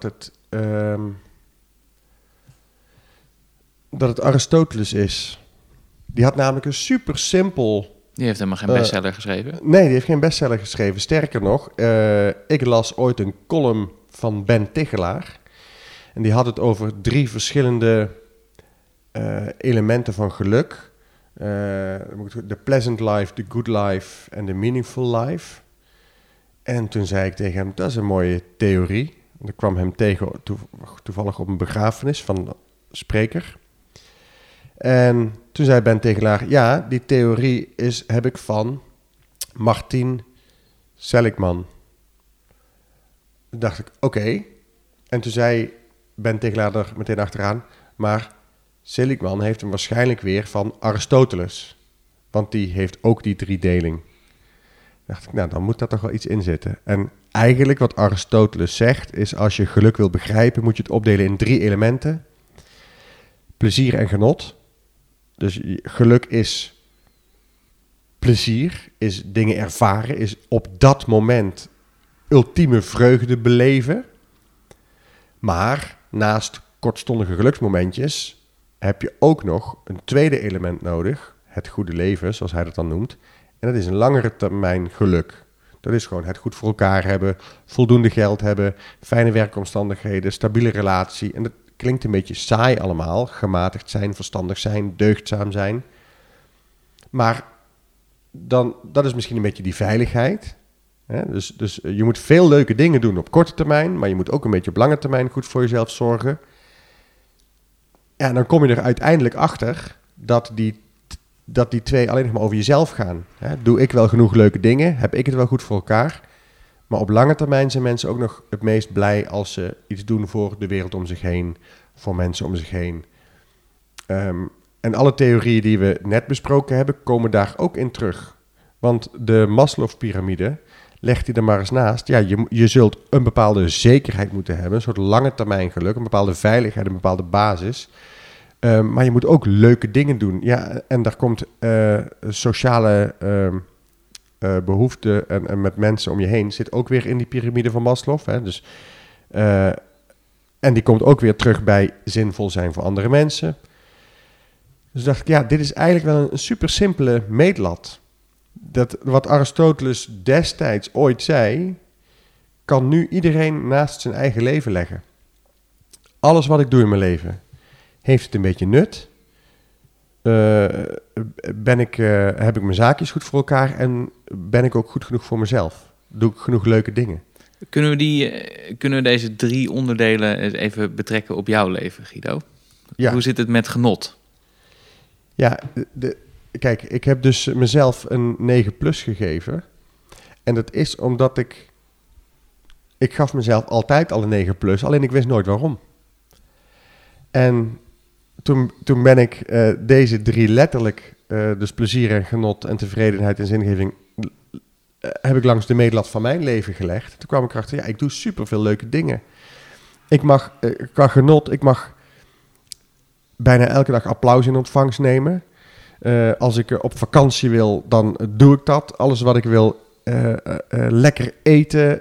S2: het Aristoteles is. Die had namelijk een super simpel...
S1: Die heeft helemaal geen bestseller geschreven.
S2: Nee, die heeft geen bestseller geschreven. Sterker nog, ik las ooit een column van Ben Tichelaar. En die had het over 3 verschillende elementen van geluk. The pleasant life, the good life en the meaningful life. En toen zei ik tegen hem, dat is een mooie theorie. En ik kwam hem tegen toevallig op een begrafenis van een spreker. En toen zei Ben Tichelaar, ja, die theorie heb ik van Martin Seligman. Toen dacht ik, oké. En toen zei Ben Tichelaar er meteen achteraan, maar Seligman heeft hem waarschijnlijk weer van Aristoteles. Want die heeft ook die 3-deling. Dacht ik, nou, dan moet daar toch wel iets in zitten. En eigenlijk wat Aristoteles zegt, is als je geluk wil begrijpen, moet je het opdelen in 3 elementen. Plezier en genot. Dus geluk is plezier, is dingen ervaren, is op dat moment ultieme vreugde beleven. Maar naast kortstondige geluksmomentjes heb je ook nog een tweede element nodig, het goede leven, zoals hij dat dan noemt. En dat is een langere termijn geluk. Dat is gewoon het goed voor elkaar hebben, voldoende geld hebben, fijne werkomstandigheden, stabiele relatie. En dat klinkt een beetje saai allemaal. Gematigd zijn, verstandig zijn, deugdzaam zijn. Maar dat is misschien een beetje die veiligheid. Hè? Dus je moet veel leuke dingen doen op korte termijn, maar je moet ook een beetje op lange termijn goed voor jezelf zorgen. Ja, dan kom je er uiteindelijk achter dat die 2 alleen nog maar over jezelf gaan. Hè? Doe ik wel genoeg leuke dingen? Heb ik het wel goed voor elkaar? Maar op lange termijn zijn mensen ook nog het meest blij als ze iets doen voor de wereld om zich heen, voor mensen om zich heen. En alle theorieën die we net besproken hebben, komen daar ook in terug. Want de Maslow-pyramide legt hij er maar eens naast. Ja, je zult een bepaalde zekerheid moeten hebben, een soort lange termijn geluk, een bepaalde veiligheid, een bepaalde basis. Maar je moet ook leuke dingen doen. Ja, en daar komt sociale behoefte en met mensen om je heen zit ook weer in die piramide van Maslow. Hè? Dus, en die komt ook weer terug bij zinvol zijn voor andere mensen. Dus dacht ik, ja, dit is eigenlijk wel een super simpele meetlat. Dat wat Aristoteles destijds ooit zei, kan nu iedereen naast zijn eigen leven leggen. Alles wat ik doe in mijn leven, heeft het een beetje nut? Heb ik mijn zaakjes goed voor elkaar en ben ik ook goed genoeg voor mezelf? Doe ik genoeg leuke dingen? Kunnen
S1: we deze 3 onderdelen even betrekken op jouw leven, Guido?
S2: Ja.
S1: Hoe zit het met genot?
S2: Ja, kijk, ik heb dus mezelf een 9+ gegeven. En dat is omdat ik gaf mezelf altijd al een 9+, alleen ik wist nooit waarom. En toen ben ik deze 3 letterlijk, dus plezier en genot en tevredenheid en zingeving, heb ik langs de meetlat van mijn leven gelegd. Toen kwam ik erachter, ja, ik doe superveel leuke dingen. Ik mag, qua genot, ik mag bijna elke dag applaus in ontvangst nemen. Als ik op vakantie wil, dan doe ik dat. Alles wat ik wil, lekker eten.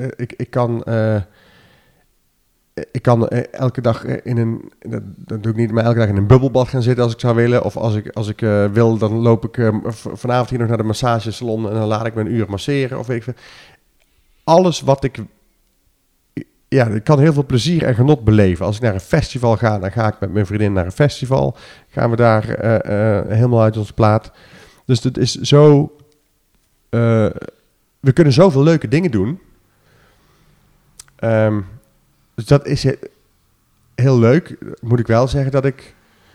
S2: Ik kan elke dag dat doe ik niet, maar elke dag in een bubbelbad gaan zitten als ik zou willen. Of als ik wil, dan loop ik vanavond hier nog naar de massagesalon en dan laat ik me een uur masseren. Of weet ik veel. Alles wat ik ik kan heel veel plezier en genot beleven. Als ik naar een festival ga, dan ga ik met mijn vriendin naar een festival. Gaan we daar helemaal uit onze plaat. Dus het is zo... we kunnen zoveel leuke dingen doen. Dus dat is heel leuk. Moet ik wel zeggen dat ik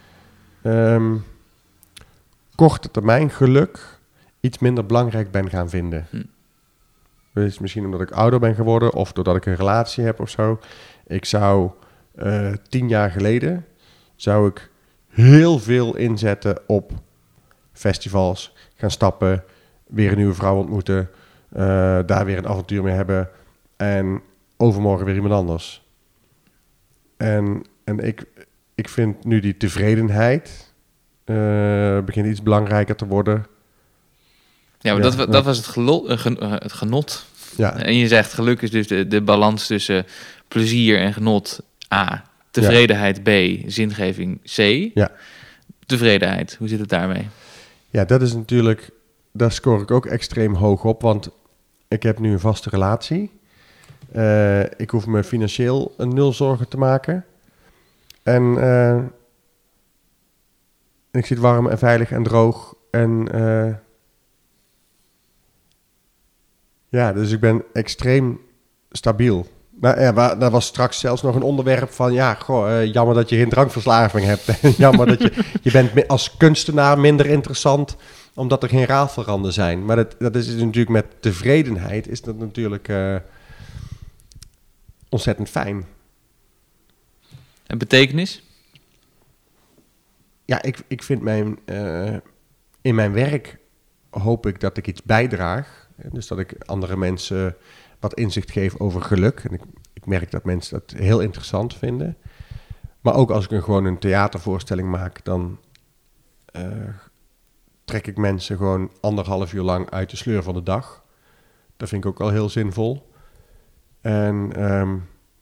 S2: korte termijn geluk iets minder belangrijk ben gaan vinden. Dat is misschien omdat ik ouder ben geworden of doordat ik een relatie heb of zo. Ik zou 10 jaar geleden zou ik heel veel inzetten op festivals, gaan stappen, weer een nieuwe vrouw ontmoeten, daar weer een avontuur mee hebben en overmorgen weer iemand anders. En ik vind nu die tevredenheid begint iets belangrijker te worden.
S1: Ja, maar dat was het genot.
S2: Ja.
S1: En je zegt geluk is dus de balans tussen plezier en genot A. Tevredenheid B. Zingeving C. Ja. Tevredenheid, hoe zit het daarmee?
S2: Ja, dat is natuurlijk... Daar scoor ik ook extreem hoog op, want ik heb nu een vaste relatie. Ik hoef me financieel 0 zorgen te maken. En ik zit warm en veilig en droog. En dus ik ben extreem stabiel. Nou ja, daar was straks zelfs nog een onderwerp van... jammer dat je geen drankverslaving hebt. Jammer dat je bent als kunstenaar minder interessant... omdat er geen rafelranden zijn. Maar dat is natuurlijk met tevredenheid... is dat natuurlijk ontzettend fijn.
S1: En betekenis?
S2: Ja, ik vind in mijn werk hoop ik dat ik iets bijdraag. Dus dat ik andere mensen wat inzicht geef over geluk. En ik merk dat mensen dat heel interessant vinden. Maar ook als ik gewoon een theatervoorstelling maak... dan trek ik mensen gewoon 1,5 uur lang uit de sleur van de dag. Dat vind ik ook wel heel zinvol. En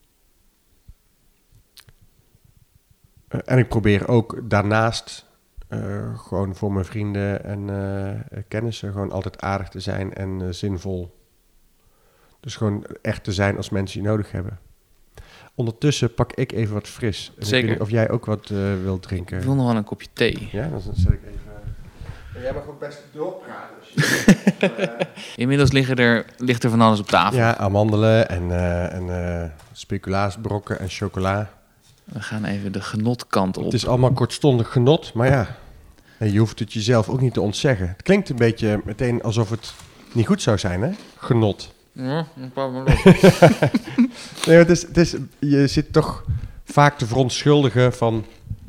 S2: ik probeer ook daarnaast gewoon voor mijn vrienden en kennissen gewoon altijd aardig te zijn en zinvol. Dus gewoon echt te zijn als mensen die nodig hebben. Ondertussen pak ik even wat fris. En
S1: zeker.
S2: Ik weet niet of jij ook wat wilt drinken.
S1: Ik wil nog wel een kopje thee.
S2: Ja, dan zet ik even... Jij mag ook best doorpraten.
S1: Inmiddels ligt er van alles op tafel.
S2: Ja, amandelen en speculaasbrokken en chocola.
S1: We gaan even de genotkant op.
S2: Het is allemaal kortstondig genot, maar ja... En je hoeft het jezelf ook niet te ontzeggen. Het klinkt een beetje meteen alsof het niet goed zou zijn, hè? Genot.
S1: Ja, een paar minuten.
S2: Nee, het is, je zit toch vaak te verontschuldigen van...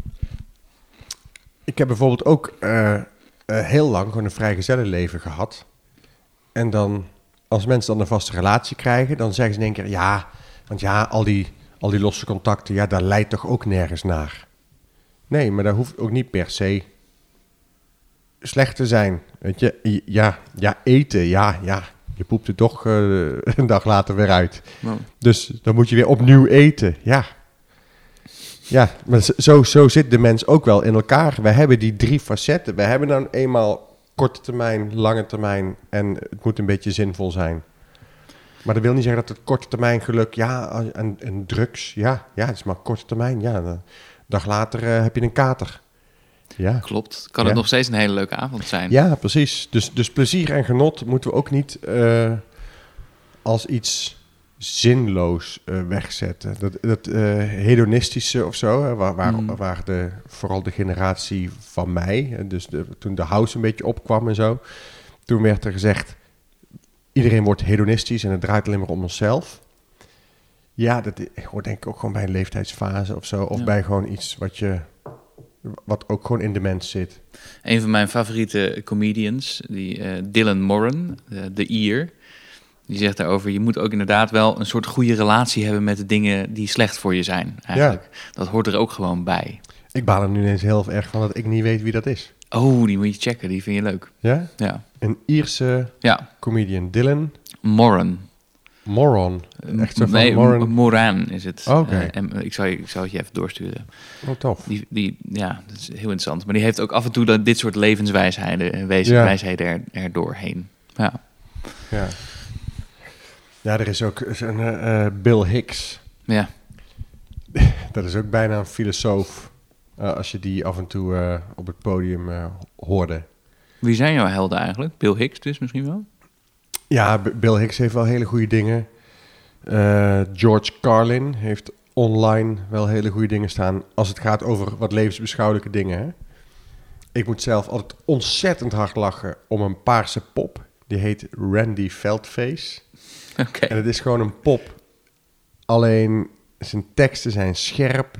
S2: Ik heb bijvoorbeeld ook heel lang gewoon een vrijgezellenleven gehad. En dan, als mensen dan een vaste relatie krijgen... dan zeggen ze in één keer... Ja, want ja, al die losse contacten... ja, daar leidt toch ook nergens naar. Nee, maar dat hoeft ook niet per se... slecht te zijn. Weet je, ja, eten, ja, je poept er toch een dag later weer uit. Nou. Dus dan moet je weer opnieuw eten, ja. Ja, maar zo zit de mens ook wel in elkaar. We hebben die 3 facetten. We hebben dan eenmaal korte termijn, lange termijn en het moet een beetje zinvol zijn. Maar dat wil niet zeggen dat het korte termijn geluk, ja, en drugs, ja, het is maar korte termijn. Ja, een dag later heb je een kater. Ja.
S1: Klopt. Kan het nog steeds een hele leuke avond zijn.
S2: Ja, precies. Dus plezier en genot moeten we ook niet als iets zinloos wegzetten. Dat hedonistische of zo, waar vooral de generatie van mij, dus toen de house een beetje opkwam en zo, toen werd er gezegd, iedereen wordt hedonistisch en het draait alleen maar om onszelf. Ja, dat hoort denk ik ook gewoon bij een leeftijdsfase of zo, of bij gewoon iets wat ook gewoon in de mens zit.
S1: Een van mijn favoriete comedians, Dylan Moran, de Ier, die zegt daarover, je moet ook inderdaad wel een soort goede relatie hebben met de dingen die slecht voor je zijn, eigenlijk. Ja. Dat hoort er ook gewoon bij.
S2: Ik baal er nu ineens heel erg van dat ik niet weet wie dat is.
S1: Oh, die moet je checken, die vind je leuk.
S2: Ja? Ja. Een Ierse comedian, Dylan
S1: Moran.
S2: Moron. Echt zo van
S1: nee,
S2: Moran.
S1: Moran is het.
S2: Okay.
S1: Ik zal het je even doorsturen.
S2: Oh, tof.
S1: Ja, dat is heel interessant. Maar die heeft ook af en toe dit soort levenswijsheden wijsheden er doorheen. Ja.
S2: Ja, er is ook een Bill Hicks.
S1: Ja.
S2: Dat is ook bijna een filosoof, als je die af en toe op het podium hoorde.
S1: Wie zijn jouw helden eigenlijk? Bill Hicks dus misschien wel?
S2: Ja, Bill Hicks heeft wel hele goede dingen. George Carlin heeft online wel hele goede dingen staan als het gaat over wat levensbeschouwelijke dingen. Hè? Ik moet zelf altijd ontzettend hard lachen om een paarse pop. Die heet Randy Feldface.
S1: Okay.
S2: En het is gewoon een pop. Alleen zijn teksten zijn scherp,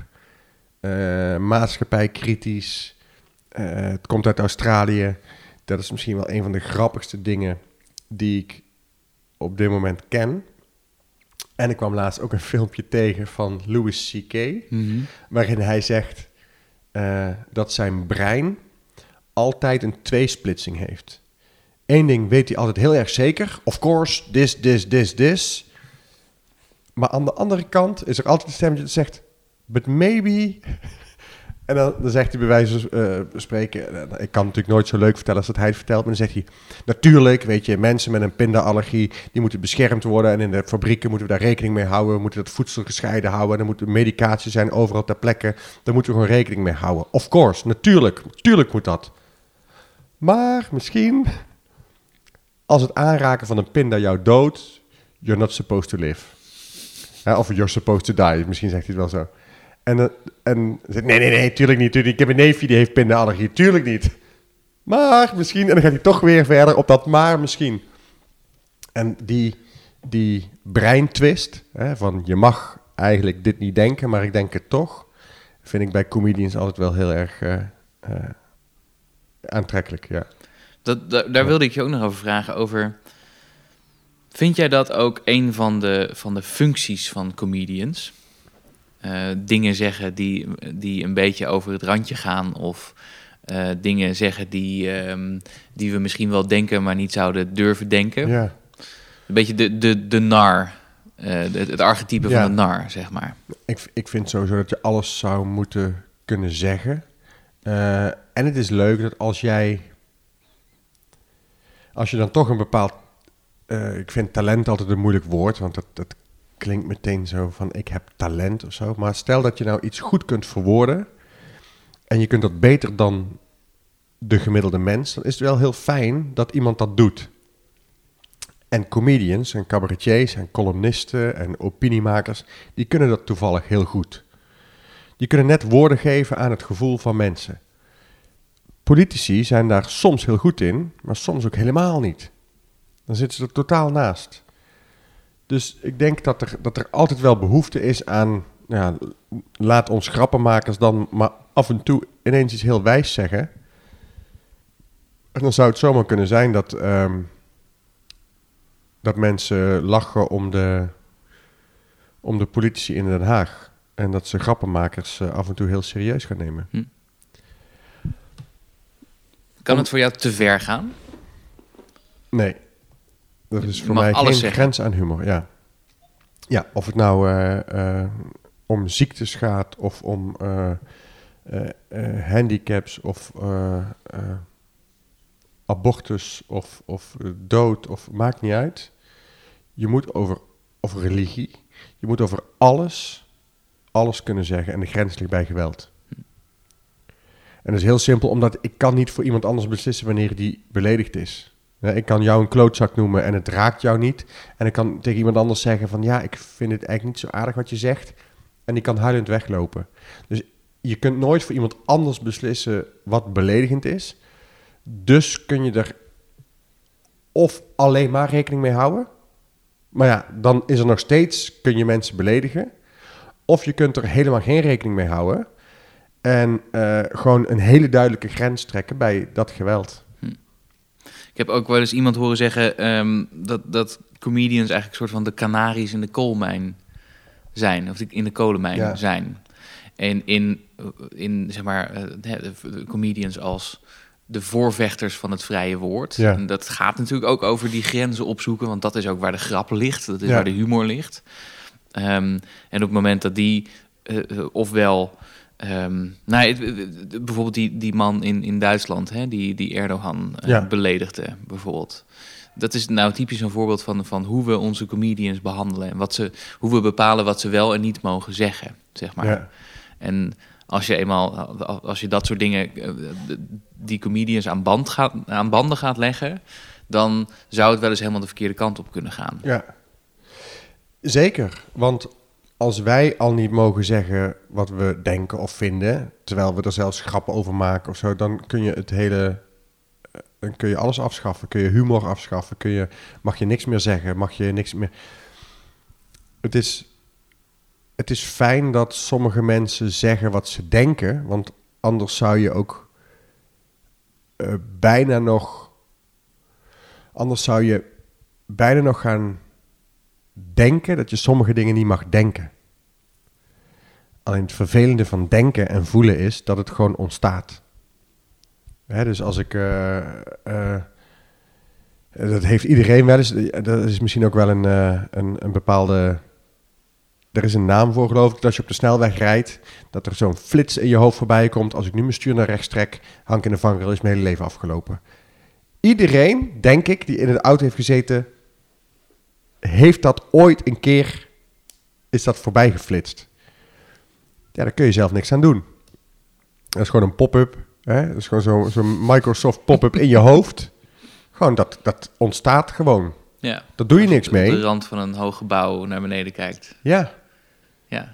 S2: maatschappijkritisch. Het komt uit Australië. Dat is misschien wel een van de grappigste dingen die ik op dit moment ken. En ik kwam laatst ook een filmpje tegen van Louis C.K. Waarin hij zegt dat zijn brein altijd een tweesplitsing heeft. Eén ding weet hij altijd heel erg zeker. Of course, this. Maar aan de andere kant is er altijd een stemmetje dat zegt, but maybe. En dan zegt hij bij wijze van spreken, ik kan natuurlijk nooit zo leuk vertellen als dat hij het vertelt, maar dan zegt hij, natuurlijk, weet je, mensen met een pindaallergie, die moeten beschermd worden en in de fabrieken moeten we daar rekening mee houden, we moeten dat voedsel gescheiden houden, er moet medicatie zijn overal ter plekke, daar moeten we gewoon rekening mee houden. Of course, natuurlijk moet dat. Maar misschien, als het aanraken van een pinda jou doodt, you're not supposed to live. Of you're supposed to die, misschien zegt hij het wel zo. En zegt, nee, tuurlijk niet. Ik heb een neefje die heeft pindaallergie, tuurlijk niet. Maar misschien, en dan gaat hij toch weer verder op dat maar misschien. En die breintwist, van je mag eigenlijk dit niet denken, maar ik denk het toch, vind ik bij comedians altijd wel heel erg aantrekkelijk, ja.
S1: Daar wilde ik je ook nog over vragen, over... Vind jij dat ook een van de functies van comedians? Dingen zeggen die een beetje over het randje gaan, of dingen zeggen die we misschien wel denken, maar niet zouden durven denken.
S2: Ja.
S1: Een beetje de nar, het archetype van de nar, zeg maar.
S2: Ik vind sowieso dat je alles zou moeten kunnen zeggen. En het is leuk dat als je dan toch een bepaald... ik vind talent altijd een moeilijk woord, want dat klinkt meteen zo van ik heb talent of zo. Maar stel dat je nou iets goed kunt verwoorden en je kunt dat beter dan de gemiddelde mens, dan is het wel heel fijn dat iemand dat doet. En comedians en cabaretiers en columnisten en opiniemakers, die kunnen dat toevallig heel goed. Die kunnen net woorden geven aan het gevoel van mensen. Politici zijn daar soms heel goed in, maar soms ook helemaal niet. Dan zitten ze er totaal naast. Dus ik denk dat er altijd wel behoefte is aan... Ja, laat ons grappenmakers dan maar af en toe ineens iets heel wijs zeggen. En dan zou het zomaar kunnen zijn dat mensen lachen om de politici in Den Haag. En dat ze grappenmakers af en toe heel serieus gaan nemen.
S1: Kan het voor jou te ver gaan?
S2: Nee. Dat is voor mij geen grens aan humor, ja. Ja, of het nou om ziektes gaat, of om handicaps, of abortus, of dood, of maakt niet uit. Je moet over religie, je moet over alles kunnen zeggen en de grens ligt bij geweld. En dat is heel simpel, omdat ik kan niet voor iemand anders beslissen wanneer die beledigd is. Ik kan jou een klootzak noemen en het raakt jou niet. En ik kan tegen iemand anders zeggen van... ja, ik vind het eigenlijk niet zo aardig wat je zegt. En die kan huilend weglopen. Dus je kunt nooit voor iemand anders beslissen wat beledigend is. Dus kun je er of alleen maar rekening mee houden. Maar ja, dan is er nog steeds... kun je mensen beledigen. Of je kunt er helemaal geen rekening mee houden. En gewoon een hele duidelijke grens trekken bij dat geweld.
S1: Ik heb ook wel eens iemand horen zeggen dat comedians eigenlijk een soort van de kanaries in de koolmijn zijn. Of in de kolenmijn zijn. En in zeg maar, de comedians als de voorvechters van het vrije woord.
S2: Ja.
S1: En dat gaat natuurlijk ook over die grenzen opzoeken, want dat is ook waar de grap ligt. Dat is waar de humor ligt. En op het moment dat die ofwel Bijvoorbeeld die man in Duitsland, hè, die Erdogan beledigde, bijvoorbeeld. Dat is nou typisch een voorbeeld van hoe we onze comedians behandelen en hoe we bepalen wat ze wel en niet mogen zeggen, zeg maar. Ja. En als je dat soort dingen, die comedians aan banden gaat leggen, dan zou het wel eens helemaal de verkeerde kant op kunnen gaan.
S2: Ja, zeker. Want als wij al niet mogen zeggen wat we denken of vinden, terwijl we er zelfs grappen over maken of zo, dan kun je dan kun je alles afschaffen. Kun je humor afschaffen. Mag je niks meer zeggen. Mag je niks meer. Het is fijn dat sommige mensen zeggen wat ze denken, want anders zou je ook bijna nog gaan denken dat je sommige dingen niet mag denken. Alleen het vervelende van denken en voelen is dat het gewoon ontstaat. Hè, dus als ik... dat heeft iedereen wel eens... Dat is misschien ook wel een bepaalde... Er is een naam voor, geloof ik, dat als je op de snelweg rijdt, dat er zo'n flits in je hoofd voorbij komt. Als ik nu mijn stuur naar rechts trek, hang ik in de vangrail, is mijn hele leven afgelopen. Iedereen, denk ik, die in de auto heeft gezeten, heeft dat ooit een keer, is dat voorbij geflitst. Ja, daar kun je zelf niks aan doen. Dat is gewoon een pop-up. Hè? Dat is gewoon zo'n Microsoft pop-up in je hoofd. Gewoon, dat ontstaat gewoon.
S1: Ja.
S2: Dat doe je niks mee.
S1: Op de rand van een hoog gebouw naar beneden kijkt.
S2: Ja.
S1: Ja.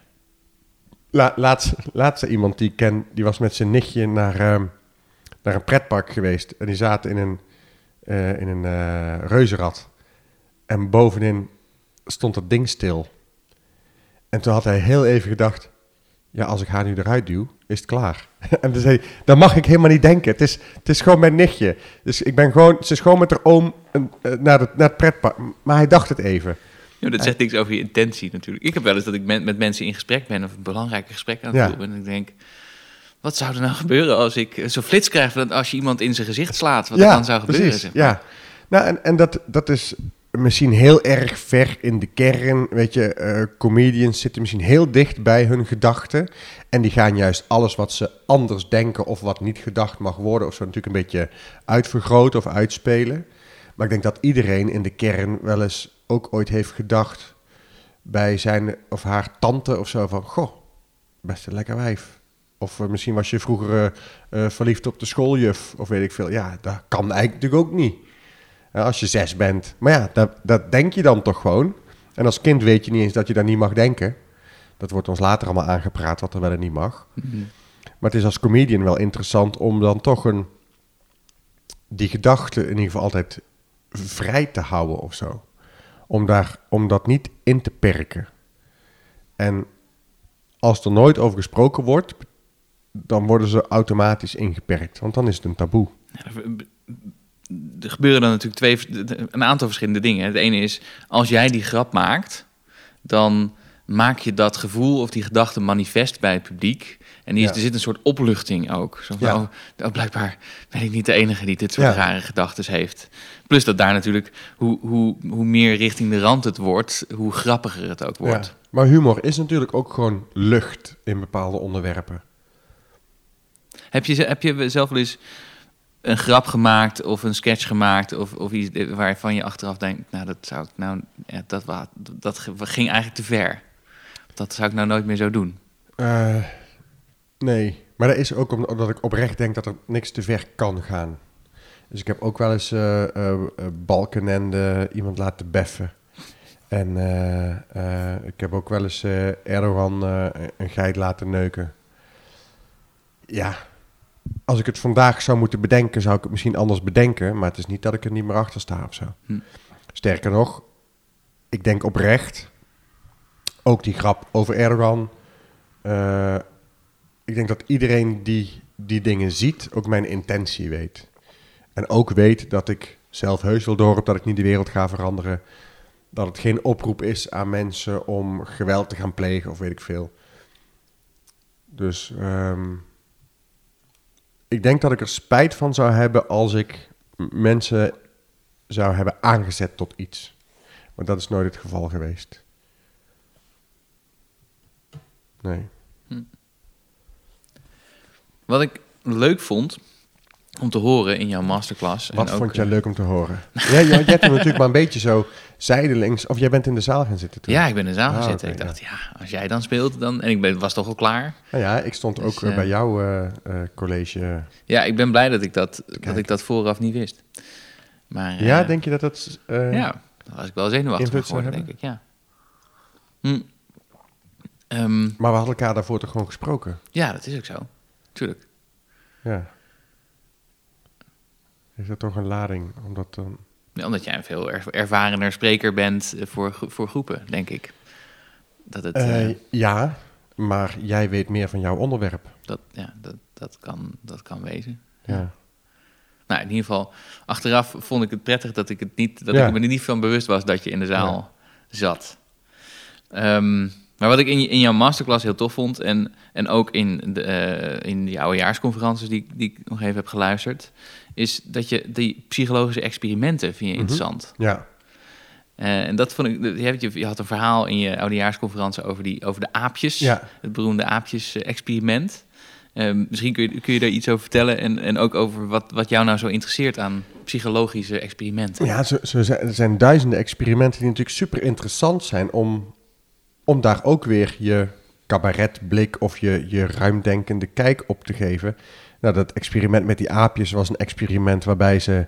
S2: Laatste iemand die ik ken, die was met zijn nichtje naar een pretpark geweest. En die zaten in een reuzenrad. En bovenin stond dat ding stil. En toen had hij heel even gedacht, ja, als ik haar nu eruit duw, is het klaar. En toen zei hij, dat mag ik helemaal niet denken. Het is gewoon mijn nichtje. Dus ze is gewoon met haar oom naar het pretpark. Maar hij dacht het even.
S1: Ja, dat zegt niks over je intentie natuurlijk. Ik heb wel eens dat ik met mensen in gesprek ben, of een belangrijke gesprek aan het doen ben. En ik denk, wat zou er nou gebeuren als ik zo'n flits krijg, dat als je iemand in zijn gezicht slaat, wat er dan zou gebeuren?
S2: Precies,
S1: zeg maar.
S2: Ja, nou, en dat is misschien heel erg ver in de kern. Weet je, comedians zitten misschien heel dicht bij hun gedachten. En die gaan juist alles wat ze anders denken of wat niet gedacht mag worden, of zo natuurlijk een beetje uitvergroten of uitspelen. Maar ik denk dat iedereen in de kern wel eens ook ooit heeft gedacht bij zijn of haar tante of zo van, goh, best een lekker wijf. Of misschien was je vroeger verliefd op de schooljuf, of weet ik veel. Ja, dat kan eigenlijk natuurlijk ook niet. Als je 6 bent. Maar ja, dat denk je dan toch gewoon. En als kind weet je niet eens dat je dat niet mag denken. Dat wordt ons later allemaal aangepraat wat er wel en niet mag. Mm-hmm. Maar het is als comedian wel interessant om dan toch die gedachte in ieder geval altijd vrij te houden of zo. Om dat niet in te perken. En als er nooit over gesproken wordt, dan worden ze automatisch ingeperkt. Want dan is het een taboe.
S1: Ja, er gebeuren dan natuurlijk een aantal verschillende dingen. Het ene is, als jij die grap maakt, dan maak je dat gevoel of die gedachte manifest bij het publiek. En er zit een soort opluchting ook. Zo van, blijkbaar ben ik niet de enige die dit soort rare gedachten heeft. Plus dat daar natuurlijk, hoe meer richting de rand het wordt, hoe grappiger het ook wordt.
S2: Ja. Maar humor is natuurlijk ook gewoon lucht in bepaalde onderwerpen.
S1: Heb je zelf wel eens een grap gemaakt of een sketch gemaakt of iets waarvan je achteraf denkt, nou dat ging eigenlijk te ver. Dat zou ik nou nooit meer zo doen.
S2: Nee, maar dat is ook omdat ik oprecht denk dat er niks te ver kan gaan. Dus ik heb ook wel eens Balkenende iemand laten beffen. En ik heb ook wel eens Erdogan een geit laten neuken. Ja, als ik het vandaag zou moeten bedenken, zou ik het misschien anders bedenken. Maar het is niet dat ik er niet meer achter sta of zo. Sterker nog, ik denk oprecht, ook die grap over Erdogan. Ik denk dat iedereen die dingen ziet, ook mijn intentie weet. En ook weet dat ik zelf heus wel door heb dat ik niet de wereld ga veranderen. Dat het geen oproep is aan mensen om geweld te gaan plegen of weet ik veel. Dus ik denk dat ik er spijt van zou hebben als ik mensen zou hebben aangezet tot iets. Maar dat is nooit het geval geweest. Nee.
S1: Wat ik leuk vond om te horen in jouw masterclass.
S2: Wat
S1: en ook,
S2: vond jij leuk om te horen? Jij hebt hem natuurlijk maar een beetje zo zijdelings... Of jij bent in de zaal gaan zitten toen?
S1: Ja, ik ben in de zaal gaan zitten.
S2: Okay,
S1: Ik dacht, als jij dan speelt, dan... En was toch al klaar.
S2: Nou ja, ik stond ook bij jouw college.
S1: Ja, ik ben blij dat ik dat vooraf niet wist. Maar,
S2: ja, denk je dat dat...
S1: ja, daar was ik wel zenuwachtig geworden, denk ik, ja.
S2: Maar we hadden elkaar daarvoor toch gewoon gesproken?
S1: Ja, dat is ook zo. Tuurlijk.
S2: Ja. Is dat toch een lading?
S1: Omdat jij een veel ervarener spreker bent voor groepen, denk ik.
S2: Ja, maar jij weet meer van jouw onderwerp.
S1: Dat kan wezen.
S2: Ja.
S1: Nou, in ieder geval, achteraf vond ik het prettig dat ik ik me er niet van bewust was dat je in de zaal zat. Maar wat ik in jouw masterclass heel tof vond, en ook in die oudejaarsconferenties die ik nog even heb geluisterd, is dat je die psychologische experimenten vind je interessant.
S2: Ja.
S1: En dat vond ik. Je had een verhaal in je oudejaarsconferentie over de aapjes, het beroemde aapjes-experiment. Misschien kun je daar iets over vertellen en ook over wat jou nou zo interesseert aan psychologische experimenten.
S2: Ja, er zijn duizenden experimenten die natuurlijk super interessant zijn om daar ook weer je cabaretblik of je ruimdenkende kijk op te geven. Nou, dat experiment met die aapjes was een experiment waarbij ze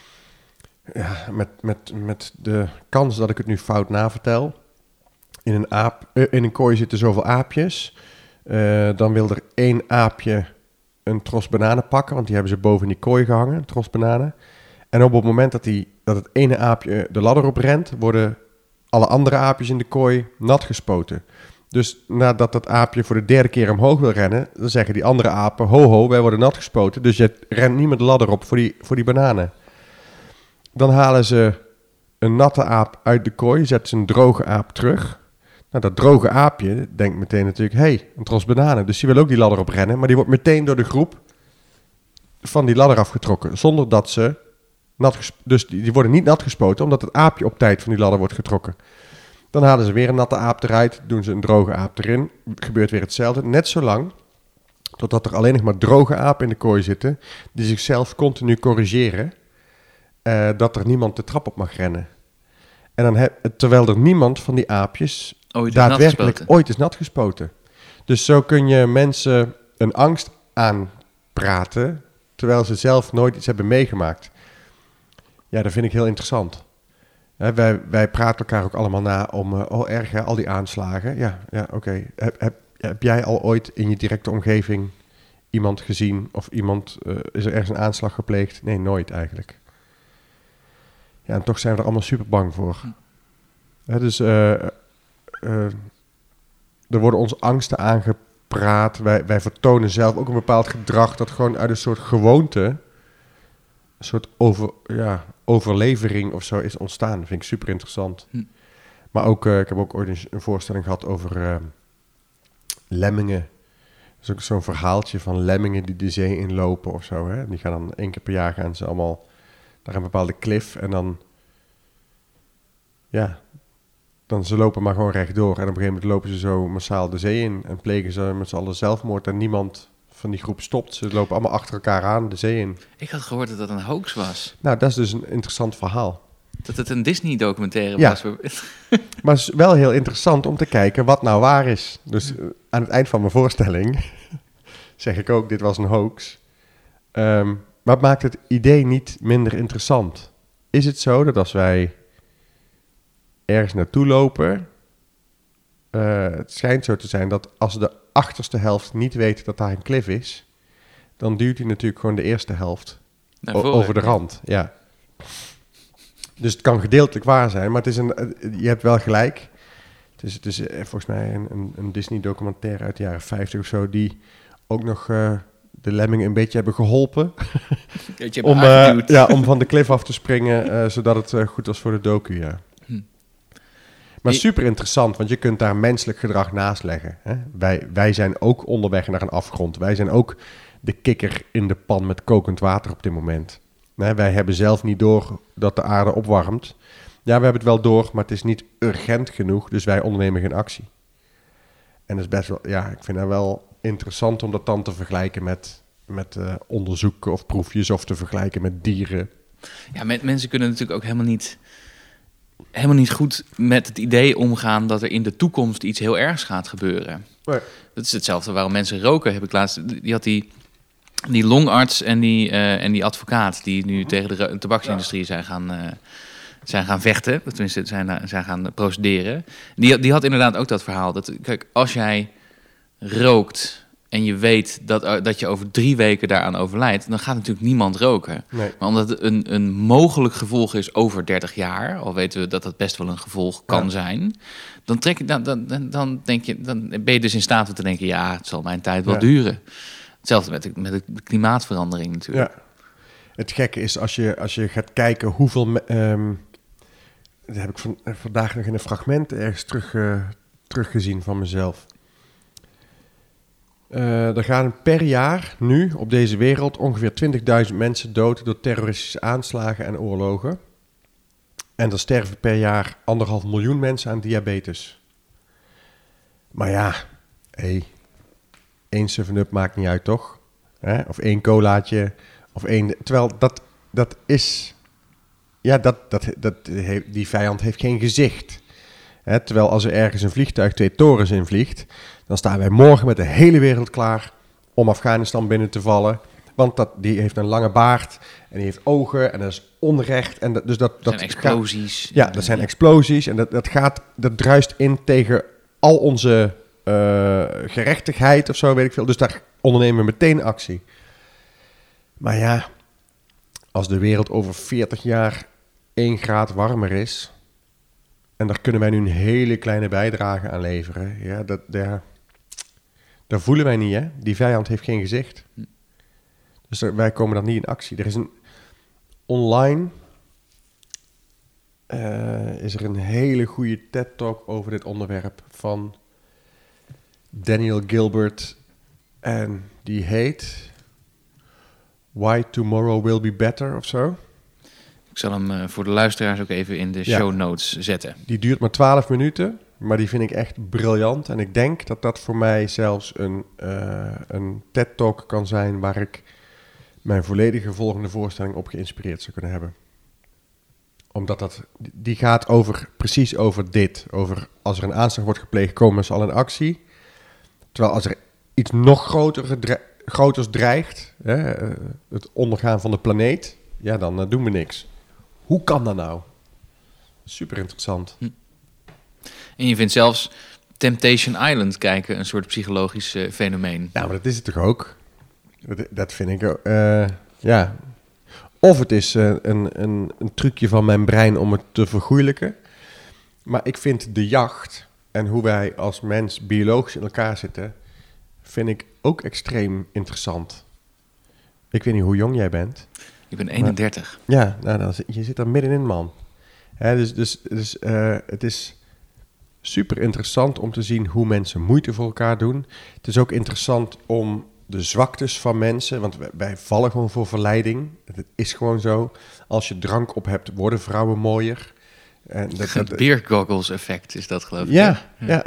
S2: met de kans dat ik het nu fout navertel, in een kooi zitten zoveel aapjes. Dan wil er 1 aapje een tros bananen pakken, want die hebben ze boven in die kooi gehangen, een tros bananen. En op het moment dat het ene aapje de ladder op rent, worden alle andere aapjes in de kooi nat gespoten. Dus nadat dat aapje voor de 3e keer omhoog wil rennen, dan zeggen die andere apen, ho, wij worden nat gespoten, dus je rent niet met de ladder op voor die bananen. Dan halen ze een natte aap uit de kooi, zetten ze een droge aap terug. Nou, dat droge aapje denkt meteen natuurlijk, een tros bananen. Dus die wil ook die ladder op rennen, maar die wordt meteen door de groep van die ladder afgetrokken. Zonder dat ze dus die worden niet nat gespoten, omdat het aapje op tijd van die ladder wordt getrokken. Dan halen ze weer een natte aap eruit, doen ze een droge aap erin. Gebeurt weer hetzelfde, net zo lang, totdat er alleen nog maar droge apen in de kooi zitten, die zichzelf continu corrigeren, dat er niemand de trap op mag rennen. En dan terwijl er niemand van die aapjes daadwerkelijk ooit is nat gespoten. Dus zo kun je mensen een angst aanpraten, terwijl ze zelf nooit iets hebben meegemaakt. Ja, dat vind ik heel interessant. Wij praten elkaar ook allemaal na om, erg hè, al die aanslagen. Ja, oké. Heb jij al ooit in je directe omgeving iemand gezien of is er ergens een aanslag gepleegd? Nee, nooit eigenlijk. Ja, en toch zijn we er allemaal super bang voor. Dus er worden ons angsten aangepraat. Wij vertonen zelf ook een bepaald gedrag dat gewoon uit een soort gewoonte, een soort overlevering of zo is ontstaan. Dat vind ik super interessant. Maar ook, ik heb ook ooit een voorstelling gehad over lemmingen. Dat is ook zo'n verhaaltje van lemmingen die de zee inlopen of zo. Hè? Die gaan dan 1 keer per jaar gaan ze allemaal naar een bepaalde klif en dan ze lopen maar gewoon rechtdoor. En op een gegeven moment lopen ze zo massaal de zee in en plegen ze met z'n allen zelfmoord en niemand van die groep stopt. Ze lopen allemaal achter elkaar aan de zee in.
S1: Ik had gehoord dat dat een hoax was.
S2: Nou, dat is dus een interessant verhaal.
S1: Dat het een Disney-documentaire was.
S2: Maar het is wel heel interessant om te kijken wat nou waar is. Dus aan het eind van mijn voorstelling zeg ik ook, dit was een hoax. Maar het maakt het idee niet minder interessant. Is het zo dat als wij ergens naartoe lopen, het schijnt zo te zijn dat als de achterste helft niet weet dat daar een klif is, dan duwt hij natuurlijk gewoon de eerste helft over de rand. Ja. Dus het kan gedeeltelijk waar zijn, maar je hebt wel gelijk. Het is volgens mij een Disney-documentaire uit de jaren 50 of zo, die ook nog de lemmingen een beetje hebben geholpen om van de klif af te springen, zodat het goed was voor de docu, ja. Maar super interessant, want je kunt daar menselijk gedrag naast leggen. Hè? Wij zijn ook onderweg naar een afgrond. Wij zijn ook de kikker in de pan met kokend water op dit moment. Wij hebben zelf niet door dat de aarde opwarmt. Ja, we hebben het wel door, maar het is niet urgent genoeg, dus wij ondernemen geen actie. En dat is best wel, ik vind het wel interessant om dat dan te vergelijken met met onderzoeken of proefjes of te vergelijken met dieren.
S1: Ja, mensen kunnen natuurlijk ook helemaal niet goed met het idee omgaan dat er in de toekomst iets heel ergs gaat gebeuren.
S2: Nee.
S1: Dat is hetzelfde waarom mensen roken. Heb ik laatst, die had die longarts en die advocaat die nu tegen de tabaksindustrie zijn gaan vechten. Tenminste, zijn gaan procederen. Die had inderdaad ook dat verhaal. Kijk, als jij rookt en je weet dat je over 3 weken daaraan overlijdt, dan gaat natuurlijk niemand roken.
S2: Nee.
S1: Maar omdat het een mogelijk gevolg is over 30 jaar, al weten we dat dat best wel een gevolg kan zijn, dan ben je dus in staat om te denken, ja, het zal mijn tijd wel duren. Hetzelfde met de klimaatverandering natuurlijk.
S2: Ja. Het gekke is, als je gaat kijken hoeveel... dat heb ik vandaag nog in een fragment ergens teruggezien van mezelf. Er gaan per jaar nu op deze wereld ongeveer 20.000 mensen dood door terroristische aanslagen en oorlogen. En er sterven per jaar 1,5 miljoen mensen aan diabetes. Maar ja, 1 7-up maakt niet uit, toch? Of 1 colaatje, of 1... Terwijl dat is... Ja, die vijand heeft geen gezicht. Terwijl als er ergens een vliegtuig 2 torens in vliegt, dan staan wij morgen met de hele wereld klaar om Afghanistan binnen te vallen. Want die heeft een lange baard en die heeft ogen en dat is onrecht. En dat zijn
S1: explosies.
S2: Dat zijn explosies en dat druist in tegen al onze gerechtigheid of zo, weet ik veel. Dus daar ondernemen we meteen actie. Maar ja, als de wereld over 40 jaar 1 graad warmer is, en daar kunnen wij nu een hele kleine bijdrage aan leveren. Ja, dat voelen wij niet, hè. Die vijand heeft geen gezicht. Dus wij komen dan niet in actie. Er is online is er een hele goede TED-talk over dit onderwerp van Daniel Gilbert. En die heet Why Tomorrow Will Be Better of zo.
S1: Ik zal hem voor de luisteraars ook even in de show notes zetten.
S2: Die duurt maar 12 minuten, maar die vind ik echt briljant. En ik denk dat dat voor mij zelfs een TED-talk kan zijn waar ik mijn volledige volgende voorstelling op geïnspireerd zou kunnen hebben. Omdat die gaat precies over dit. Over als er een aanslag wordt gepleegd, komen ze al in actie. Terwijl als er iets nog groters dreigt, het ondergaan van de planeet, ja, dan doen we niks. Hoe kan dat nou? Super interessant.
S1: En je vindt zelfs Temptation Island kijken een soort psychologisch fenomeen.
S2: Ja, maar dat is het toch ook? Dat vind ik ook. Ja. Of het is een trucje van mijn brein om het te vergoeilijken. Maar ik vind de jacht en hoe wij als mens biologisch in elkaar zitten, vind ik ook extreem interessant. Ik weet niet hoe jong jij bent.
S1: Ik ben 31.
S2: Maar, ja, je zit er middenin, man. Dus het is super interessant om te zien hoe mensen moeite voor elkaar doen. Het is ook interessant om de zwaktes van mensen, want wij vallen gewoon voor verleiding. Het is gewoon zo. Als je drank op hebt, worden vrouwen mooier.
S1: Het beer goggles effect is dat, geloof ik.
S2: Ja.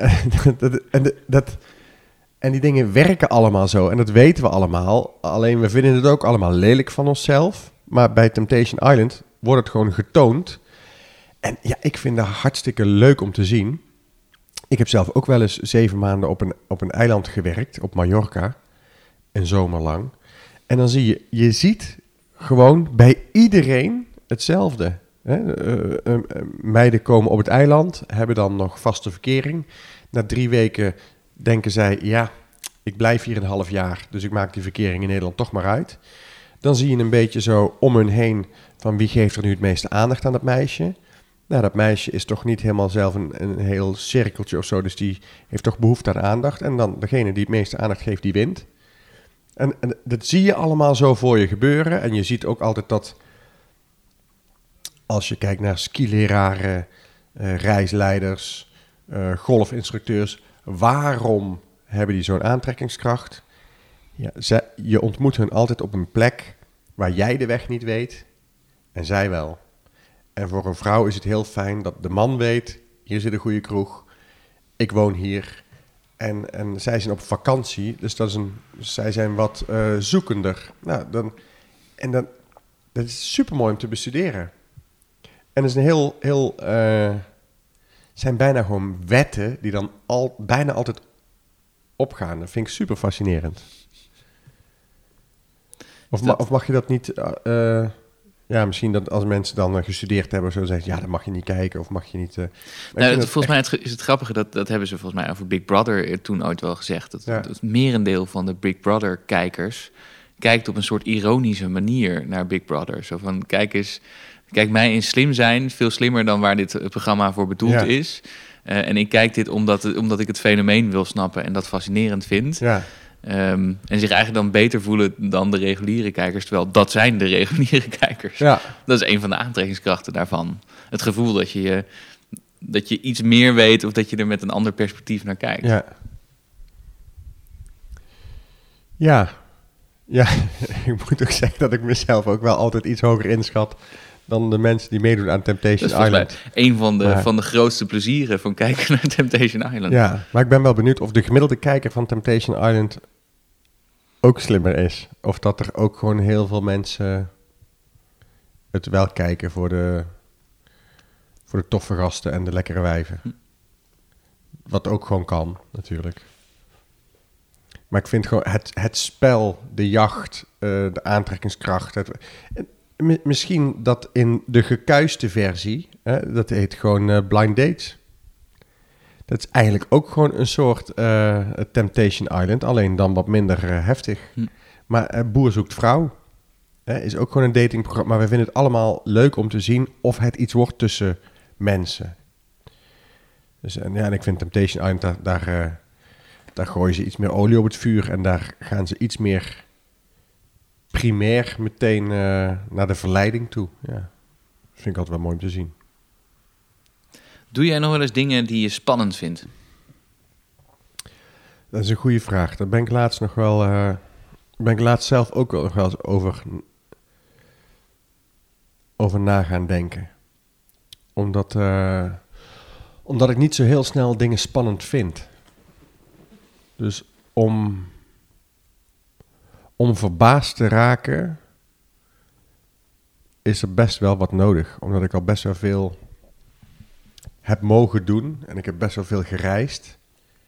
S2: En die dingen werken allemaal zo. En dat weten we allemaal. Alleen we vinden het ook allemaal lelijk van onszelf. Maar bij Temptation Island wordt het gewoon getoond. En ja, ik vind dat hartstikke leuk om te zien. Ik heb zelf ook wel eens 7 maanden op een eiland gewerkt, op Mallorca. Een zomer lang. En dan zie je ziet gewoon bij iedereen hetzelfde. Meiden komen op het eiland, hebben dan nog vaste verkering. Na 3 weken denken zij, ja, ik blijf hier een half jaar, dus ik maak die verkering in Nederland toch maar uit. Dan zie je een beetje zo om hun heen van wie geeft er nu het meeste aandacht aan dat meisje. Nou, dat meisje is toch niet helemaal zelf een heel cirkeltje of zo, dus die heeft toch behoefte aan aandacht. En dan degene die het meeste aandacht geeft, die wint. En dat zie je allemaal zo voor je gebeuren. En je ziet ook altijd dat, als je kijkt naar skileraren, reisleiders, golfinstructeurs, waarom hebben die zo'n aantrekkingskracht? Ja, je ontmoet hen altijd op een plek waar jij de weg niet weet en zij wel. En voor een vrouw is het heel fijn dat de man weet, hier zit een goede kroeg, ik woon hier En zij zijn op vakantie, dus zij zijn wat zoekender. Nou, dat is super mooi om te bestuderen. En het is zijn bijna gewoon wetten die dan bijna altijd opgaan. Dat vind ik super fascinerend. Of mag je dat niet... misschien dat als mensen dan gestudeerd hebben... zo zeggen dan mag je niet kijken of mag je niet...
S1: volgens mij is het grappige... Dat hebben ze volgens mij over Big Brother toen ooit wel gezegd. Dat het merendeel van de Big Brother-kijkers... kijkt op een soort ironische manier naar Big Brother. Zo van, kijk mij in slim zijn... veel slimmer dan waar dit programma voor bedoeld is... en ik kijk dit omdat ik het fenomeen wil snappen... en dat fascinerend vind...
S2: Ja.
S1: En zich eigenlijk dan beter voelen dan de reguliere kijkers. Terwijl dat zijn de reguliere kijkers.
S2: Ja.
S1: Dat is een van de aantrekkingskrachten daarvan. Het gevoel dat je iets meer weet... of dat je er met een ander perspectief naar kijkt.
S2: Ja, ik moet ook zeggen dat ik mezelf ook wel altijd iets hoger inschat... dan de mensen die meedoen aan Temptation Island.
S1: Dat is een van de grootste plezieren van kijken naar Temptation Island.
S2: Ja, maar ik ben wel benieuwd of de gemiddelde kijker van Temptation Island ook slimmer is. Of dat er ook gewoon heel veel mensen het wel kijken voor de toffe gasten en de lekkere wijven. Wat ook gewoon kan, natuurlijk. Maar ik vind gewoon het spel, de jacht, de aantrekkingskracht... Misschien dat in de gekuiste versie, dat heet gewoon Blind Dates. Dat is eigenlijk ook gewoon een soort Temptation Island, alleen dan wat minder heftig. Maar Boer zoekt vrouw is ook gewoon een datingprogramma. Maar we vinden het allemaal leuk om te zien of het iets wordt tussen mensen. Dus, en ik vind Temptation Island, daar gooien ze iets meer olie op het vuur en daar gaan ze iets meer... primair meteen naar de verleiding toe. Ja, vind ik altijd wel mooi om te zien.
S1: Doe jij nog wel eens dingen die je spannend vindt?
S2: Dat is een goede vraag. Daar ben ik laatst nog wel... ben ik laatst zelf ook nog wel eens over na gaan denken. Omdat ik niet zo heel snel dingen spannend vind. Dus om verbaasd te raken, is er best wel wat nodig. Omdat ik al best wel veel heb mogen doen. En ik heb best wel veel gereisd.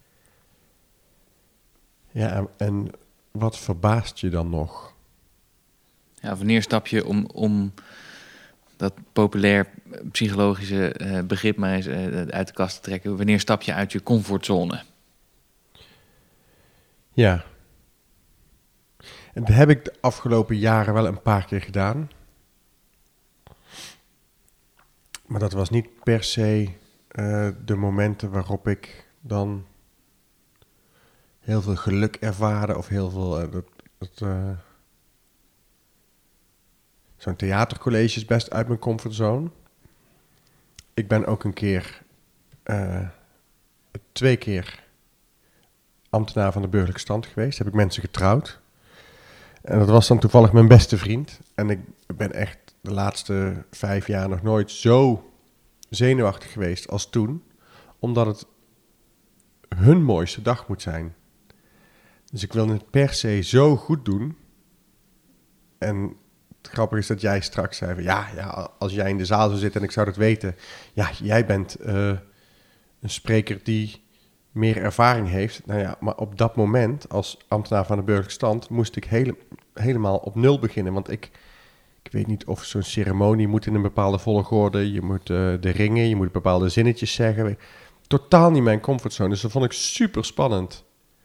S2: Ja, en wat verbaast je dan nog?
S1: Ja, wanneer stap je om dat populair psychologische begrip maar eens uit de kast te trekken? Wanneer stap je uit je comfortzone?
S2: Ja. En dat heb ik de afgelopen jaren wel een paar keer gedaan. Maar dat was niet per se de momenten waarop ik dan heel veel geluk ervaarde of heel veel... zo'n theatercollege is best uit mijn comfortzone. Ik ben ook een keer, 2 keer ambtenaar van de burgerlijke stand geweest. Heb ik mensen getrouwd. En dat was dan toevallig mijn beste vriend. En ik ben echt de laatste 5 jaar nog nooit zo zenuwachtig geweest als toen. Omdat het hun mooiste dag moet zijn. Dus ik wil het per se zo goed doen. En het grappige is dat jij straks zei van... Ja, als jij in de zaal zou zitten en ik zou dat weten... Ja, jij bent een spreker die meer ervaring heeft. Nou ja, maar op dat moment, als ambtenaar van de burgerlijke stand... moest ik helemaal op 0 beginnen. Want ik weet niet of zo'n ceremonie moet in een bepaalde volgorde. Je moet de ringen, je moet bepaalde zinnetjes zeggen. Totaal niet mijn comfortzone. Dus dat vond ik super spannend.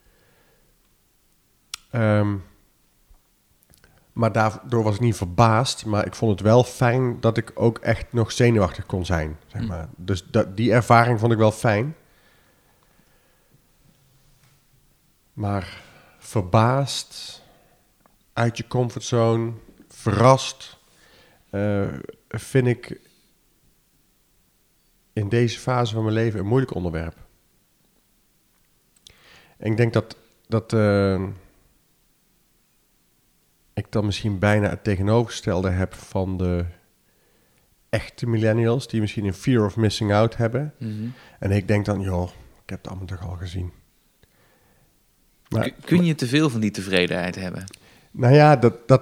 S2: Maar daardoor was ik niet verbaasd. Maar ik vond het wel fijn dat ik ook echt nog zenuwachtig kon zijn. Zeg maar. Dus die ervaring vond ik wel fijn. Maar verbaasd, uit je comfortzone, verrast, vind ik in deze fase van mijn leven een moeilijk onderwerp. En ik denk dat ik dan misschien bijna het tegenovergestelde heb van de echte millennials, die misschien een fear of missing out hebben. Mm-hmm. En ik denk dan, joh, ik heb het allemaal toch al gezien.
S1: Kun je te veel van die tevredenheid hebben?
S2: Nou ja,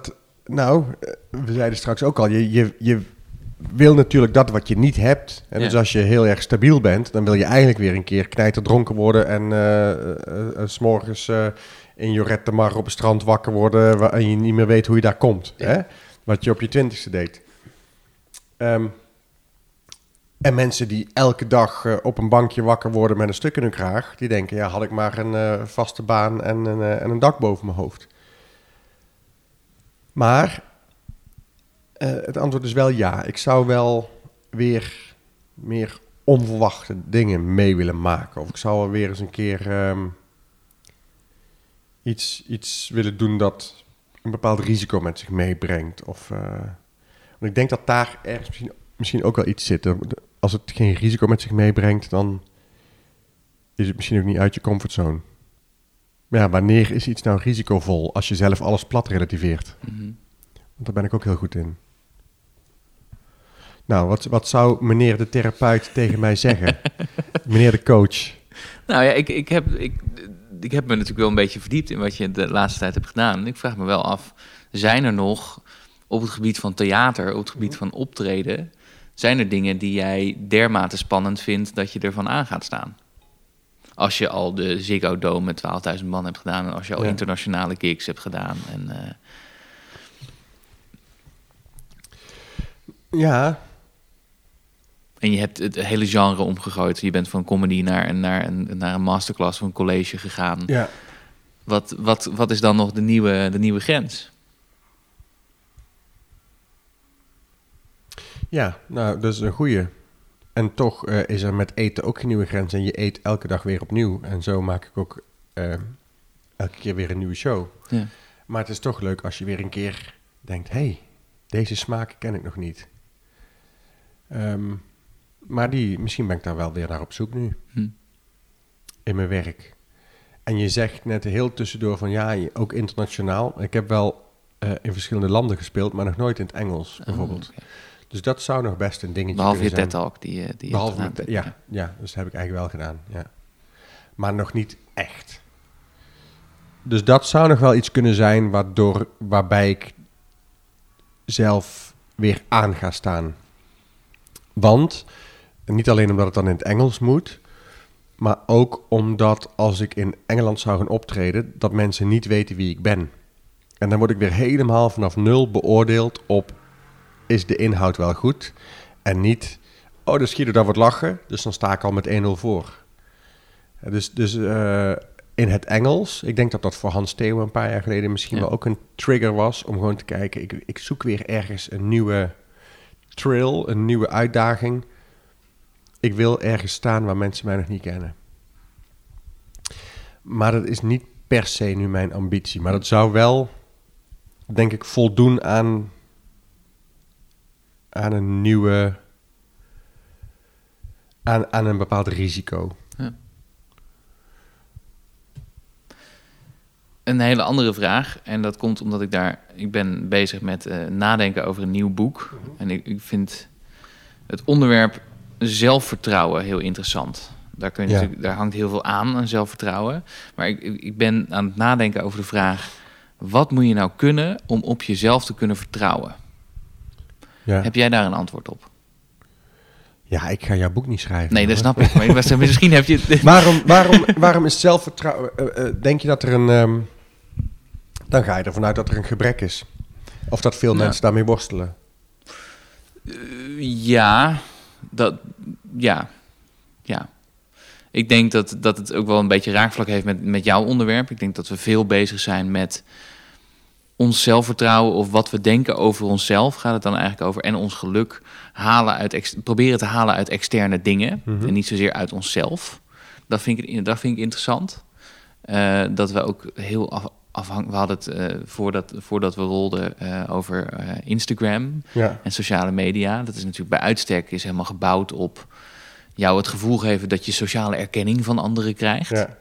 S2: we zeiden straks ook al, je wil natuurlijk dat wat je niet hebt. En dus als je heel erg stabiel bent, dan wil je eigenlijk weer een keer knijterdronken worden en 's morgens in Lloret de Mar op het strand wakker worden en je niet meer weet hoe je daar komt. Ja. Hè? Wat je op je 20ste deed. En mensen die elke dag op een bankje wakker worden met een stuk in hun kraag, die denken, ja, had ik maar een vaste baan en een dak boven mijn hoofd. Maar het antwoord is wel ja. Ik zou wel weer meer onverwachte dingen mee willen maken. Of ik zou wel weer eens een keer iets willen doen dat een bepaald risico met zich meebrengt. Want ik denk dat daar ergens misschien ook wel iets zit. Als het geen risico met zich meebrengt, dan is het misschien ook niet uit je comfortzone. Maar ja, wanneer is iets nou risicovol als je zelf alles plat relativeert? Mm-hmm. Want daar ben ik ook heel goed in. Nou, wat zou meneer de therapeut tegen mij zeggen? Meneer de coach.
S1: Nou ja, ik heb me natuurlijk wel een beetje verdiept in wat je de laatste tijd hebt gedaan. Ik vraag me wel af, zijn er nog op het gebied van theater, op het gebied van optreden, zijn er dingen die jij dermate spannend vindt dat je ervan aan gaat staan? Als je al de Ziggo Dome met 12.000 man hebt gedaan en als je al internationale gigs hebt gedaan. En je hebt het hele genre omgegooid. Je bent van comedy naar een masterclass of een college gegaan.
S2: Ja.
S1: Wat is dan nog de nieuwe grens?
S2: Ja, nou, dat is een goeie. En toch is er met eten ook geen nieuwe grens. En je eet elke dag weer opnieuw. En zo maak ik ook elke keer weer een nieuwe show. Ja. Maar het is toch leuk als je weer een keer denkt, hey, deze smaak ken ik nog niet. Maar misschien ben ik daar wel weer naar op zoek nu. In mijn werk. En je zegt net heel tussendoor van ja, ook internationaal. Ik heb wel in verschillende landen gespeeld, maar nog nooit in het Engels bijvoorbeeld. Okay. Dus dat zou nog best een dingetje
S1: behalve
S2: kunnen zijn.
S1: Behalve je TED-talk die je hebt gedaan.
S2: Ja, dus dat heb ik eigenlijk wel gedaan. Ja. Maar nog niet echt. Dus dat zou nog wel iets kunnen zijn waarbij ik zelf weer aan ga staan. Want, niet alleen omdat het dan in het Engels moet, maar ook omdat als ik in Engeland zou gaan optreden, dat mensen niet weten wie ik ben. En dan word ik weer helemaal vanaf nul beoordeeld op, is de inhoud wel goed? En niet, de Schieder daar wordt lachen, dus dan sta ik al met 1-0 voor. Dus in het Engels, ik denk dat dat voor Hans Theo een paar jaar geleden misschien wel ook een trigger was, om gewoon te kijken, ik zoek weer ergens een nieuwe trail, een nieuwe uitdaging. Ik wil ergens staan waar mensen mij nog niet kennen. Maar dat is niet per se nu mijn ambitie. Maar dat zou wel, denk ik, voldoen aan een nieuwe, aan een bepaald risico. Ja.
S1: Een hele andere vraag, en dat komt omdat ik ben bezig met nadenken over een nieuw boek. En ik vind het onderwerp zelfvertrouwen heel interessant. Daar hangt heel veel aan zelfvertrouwen. Maar ik ben aan het nadenken over de vraag, wat moet je nou kunnen om op jezelf te kunnen vertrouwen? Ja. Heb jij daar een antwoord op?
S2: Ja, ik ga jouw boek niet schrijven.
S1: Nee, dat snap ik. Maar misschien heb je...
S2: Waarom is zelfvertrouwen... denk je dat er een... dan ga je ervan uit dat er een gebrek is. Of dat veel mensen daarmee worstelen.
S1: Ja. Ik denk dat het ook wel een beetje raakvlak heeft met jouw onderwerp. Ik denk dat we veel bezig zijn met ons zelfvertrouwen of wat we denken over onszelf. Gaat het dan eigenlijk over en ons geluk proberen te halen uit externe dingen. Mm-hmm. En niet zozeer uit onszelf. Dat vind ik interessant. Dat we ook heel afhankelijk... We hadden het voordat we rolden over Instagram en sociale media. Dat is natuurlijk bij uitstek helemaal gebouwd op jou het gevoel geven dat je sociale erkenning van anderen krijgt. Ja.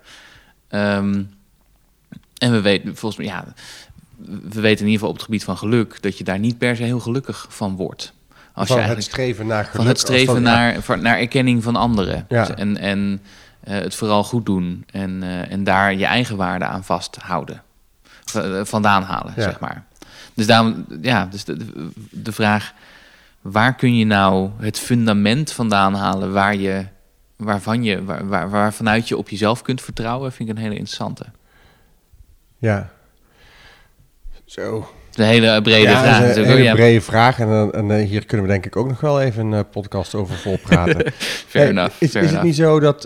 S1: En we weten volgens mij, we weten in ieder geval op het gebied van geluk dat je daar niet per se heel gelukkig van wordt.
S2: Van het streven naar geluk.
S1: Van het streven naar erkenning van anderen. Ja. het vooral goed doen en daar je eigen waarde aan vasthouden. Vandaan halen, zeg maar. Dus daarom, dus de vraag, waar kun je nou het fundament vandaan halen waarvanuit je op jezelf kunt vertrouwen, vind ik een hele interessante.
S2: Ja. Zo.
S1: Een hele brede vraag.
S2: Ja, een hele brede vraag. En hier kunnen we denk ik ook nog wel even een podcast over volpraten.
S1: Fair enough.
S2: Is het niet zo dat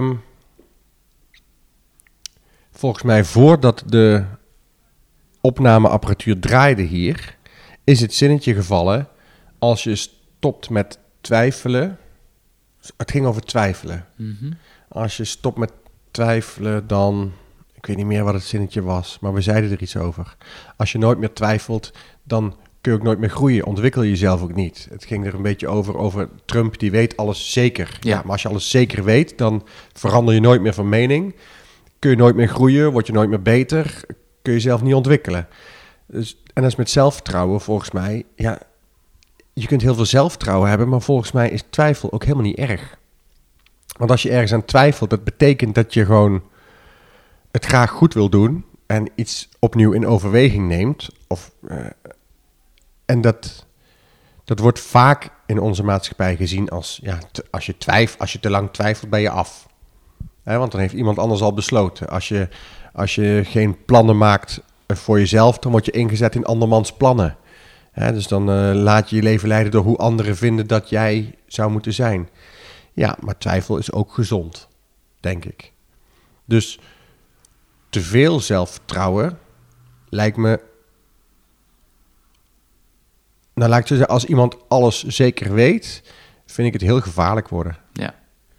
S2: volgens mij voordat de opnameapparatuur draaide hier, is het zinnetje gevallen, als je stopt met twijfelen. Het ging over twijfelen.
S1: Mm-hmm.
S2: Als je stopt met twijfelen, dan, ik weet niet meer wat het zinnetje was, maar we zeiden er iets over. Als je nooit meer twijfelt, dan kun je ook nooit meer groeien. Ontwikkel je jezelf ook niet. Het ging er een beetje over Trump, die weet alles zeker.
S1: Ja.
S2: Maar als je alles zeker weet, dan verander je nooit meer van mening. Kun je nooit meer groeien, word je nooit meer beter, kun je jezelf niet ontwikkelen. Dus, en dat is met zelfvertrouwen volgens mij. Ja, je kunt heel veel zelfvertrouwen hebben, maar volgens mij is twijfel ook helemaal niet erg. Want als je ergens aan twijfelt, dat betekent dat je gewoon het graag goed wil doen en iets opnieuw in overweging neemt. En dat wordt vaak in onze maatschappij gezien als, als je te lang twijfelt, ben je af. Want dan heeft iemand anders al besloten. Als je geen plannen maakt voor jezelf, dan word je ingezet in andermans plannen. Dus dan laat je je leven leiden door hoe anderen vinden dat jij zou moeten zijn. Ja, maar twijfel is ook gezond, denk ik. Dus te veel zelfvertrouwen lijkt me... Nou, laat ik zo zeggen, als iemand alles zeker weet, vind ik het heel gevaarlijk worden.
S1: Ja.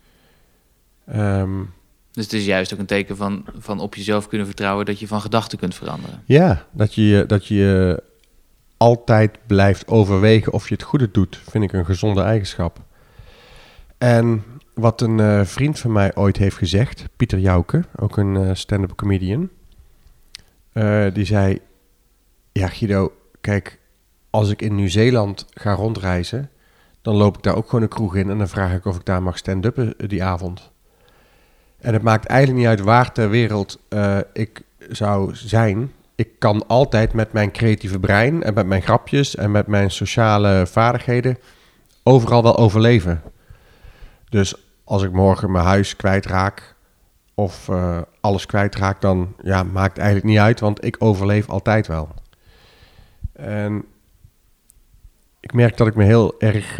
S1: Dus het is juist ook een teken van op jezelf kunnen vertrouwen dat je van gedachten kunt veranderen.
S2: Ja, dat je altijd blijft overwegen of je het goede doet, vind ik een gezonde eigenschap. En wat een vriend van mij ooit heeft gezegd, Pieter Jouke, ook een stand-up comedian, die zei, ja Guido, kijk, als ik in Nieuw-Zeeland ga rondreizen, dan loop ik daar ook gewoon een kroeg in en dan vraag ik of ik daar mag stand-uppen die avond. En het maakt eigenlijk niet uit waar ter wereld ik zou zijn. Ik kan altijd met mijn creatieve brein en met mijn grapjes en met mijn sociale vaardigheden overal wel overleven. Dus als ik morgen mijn huis kwijtraak of alles kwijtraak, dan maakt het eigenlijk niet uit, want ik overleef altijd wel. En ik merk dat ik me heel erg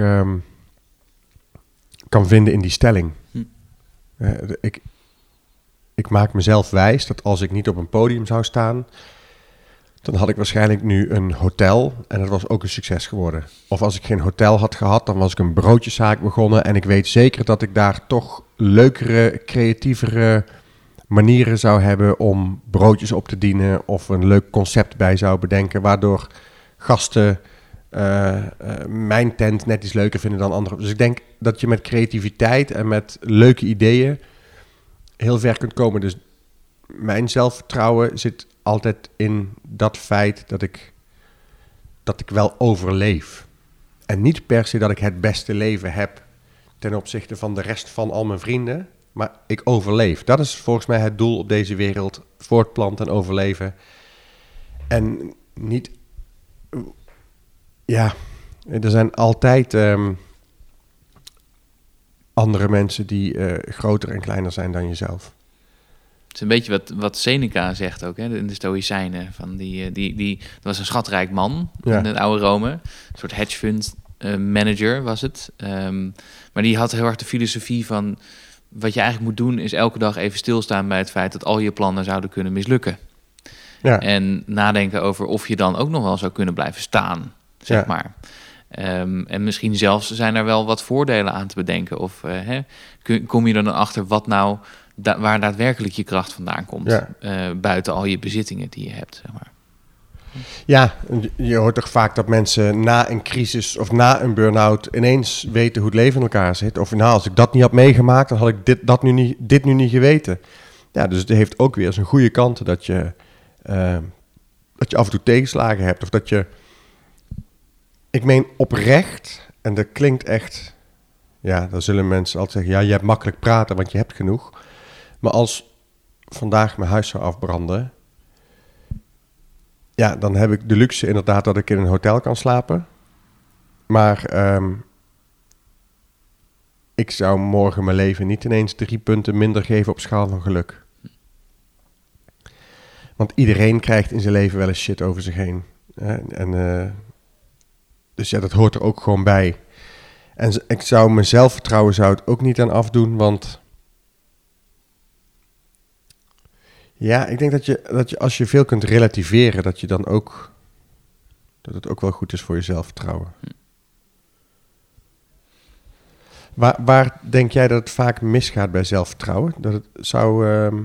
S2: kan vinden in die stelling. Ik maak mezelf wijs dat als ik niet op een podium zou staan, dan had ik waarschijnlijk nu een hotel en dat was ook een succes geworden. Of als ik geen hotel had gehad, dan was ik een broodjeszaak begonnen en ik weet zeker dat ik daar toch leukere, creatievere manieren zou hebben om broodjes op te dienen of een leuk concept bij zou bedenken, waardoor gasten mijn tent net iets leuker vinden dan anderen. Dus ik denk dat je met creativiteit en met leuke ideeën heel ver kunt komen. Dus mijn zelfvertrouwen zit altijd in dat feit dat ik wel overleef. En niet per se dat ik het beste leven heb ten opzichte van de rest van al mijn vrienden, maar ik overleef. Dat is volgens mij het doel op deze wereld, voortplanten en overleven. En niet... Ja, er zijn altijd andere mensen die groter en kleiner zijn dan jezelf.
S1: Het is een beetje wat Seneca zegt ook, hè, in de Stoïcijnen. Van dat was een schatrijk man in het oude Rome. Een soort hedge fund manager was het. Maar die had heel erg de filosofie van, wat je eigenlijk moet doen is elke dag even stilstaan bij het feit dat al je plannen zouden kunnen mislukken. Ja. En nadenken over of je dan ook nog wel zou kunnen blijven staan, zeg maar. En misschien zelfs zijn er wel wat voordelen aan te bedenken. Of kom je er dan achter wat nou waar daadwerkelijk je kracht vandaan komt. Buiten al je bezittingen die je hebt, zeg maar. Ja,
S2: je hoort toch vaak dat mensen na een crisis of na een burn-out ineens weten hoe het leven in elkaar zit. Of als ik dat niet had meegemaakt, dan had ik dit nu niet geweten. Ja, dus het heeft ook weer zijn goede kanten dat je af en toe tegenslagen hebt. Of dat je... Ik meen oprecht, en dat klinkt echt Ja, dan zullen mensen altijd zeggen, ja, je hebt makkelijk praten, want je hebt genoeg. Maar als vandaag mijn huis zou afbranden, ja, dan heb ik de luxe inderdaad dat ik in een hotel kan slapen. Maar ik zou morgen mijn leven niet ineens 3 punten minder geven op schaal van geluk. Want iedereen krijgt in zijn leven wel eens shit over zich heen. Dus ja, dat hoort er ook gewoon bij. En ik zou mijn zelfvertrouwen het ook niet aan afdoen, want ja, ik denk dat je als je veel kunt relativeren, dat het ook wel goed is voor je zelfvertrouwen. Waar denk jij dat het vaak misgaat bij zelfvertrouwen? Dat het zou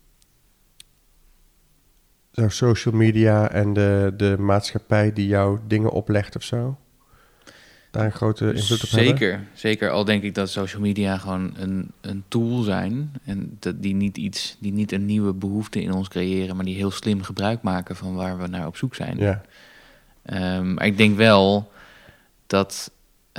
S2: social media en de maatschappij die jou dingen oplegt of zo, daar een grote invloed op hebben?
S1: Zeker. Al denk ik dat social media gewoon een tool zijn en die niet een nieuwe behoefte in ons creëren, maar die heel slim gebruik maken van waar we naar op zoek zijn.
S2: Ja.
S1: Maar ik denk wel dat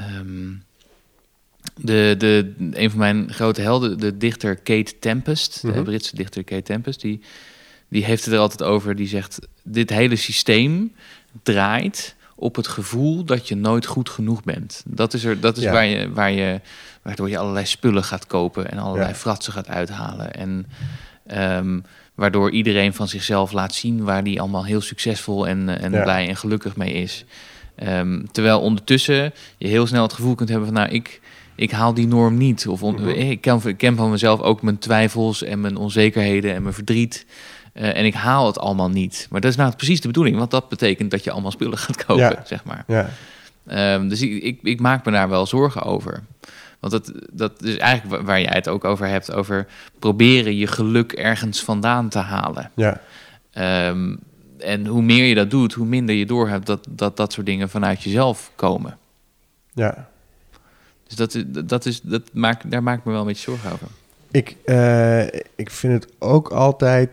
S1: een van mijn grote helden, de dichter Kate Tempest, de Britse dichter Kate Tempest, die heeft het er altijd over. Die zegt, dit hele systeem draait op het gevoel dat je nooit goed genoeg bent. Dat is waardoor je allerlei spullen gaat kopen en allerlei fratsen gaat uithalen. En waardoor iedereen van zichzelf laat zien waar die allemaal heel succesvol en blij en gelukkig mee is. Terwijl ondertussen je heel snel het gevoel kunt hebben van, ik haal die norm niet. Of ik ken van mezelf ook mijn twijfels en mijn onzekerheden en mijn verdriet. En ik haal het allemaal niet. Maar dat is nou precies de bedoeling, want dat betekent dat je allemaal spullen gaat kopen, zeg maar. Ja. Dus ik maak me daar wel zorgen over. Want dat is eigenlijk waar jij het ook over hebt, over proberen je geluk ergens vandaan te halen. Ja. En hoe meer je dat doet, hoe minder je doorhebt dat soort dingen vanuit jezelf komen. Ja. Dus daar maak ik me wel een beetje zorgen over.
S2: Ik vind het ook altijd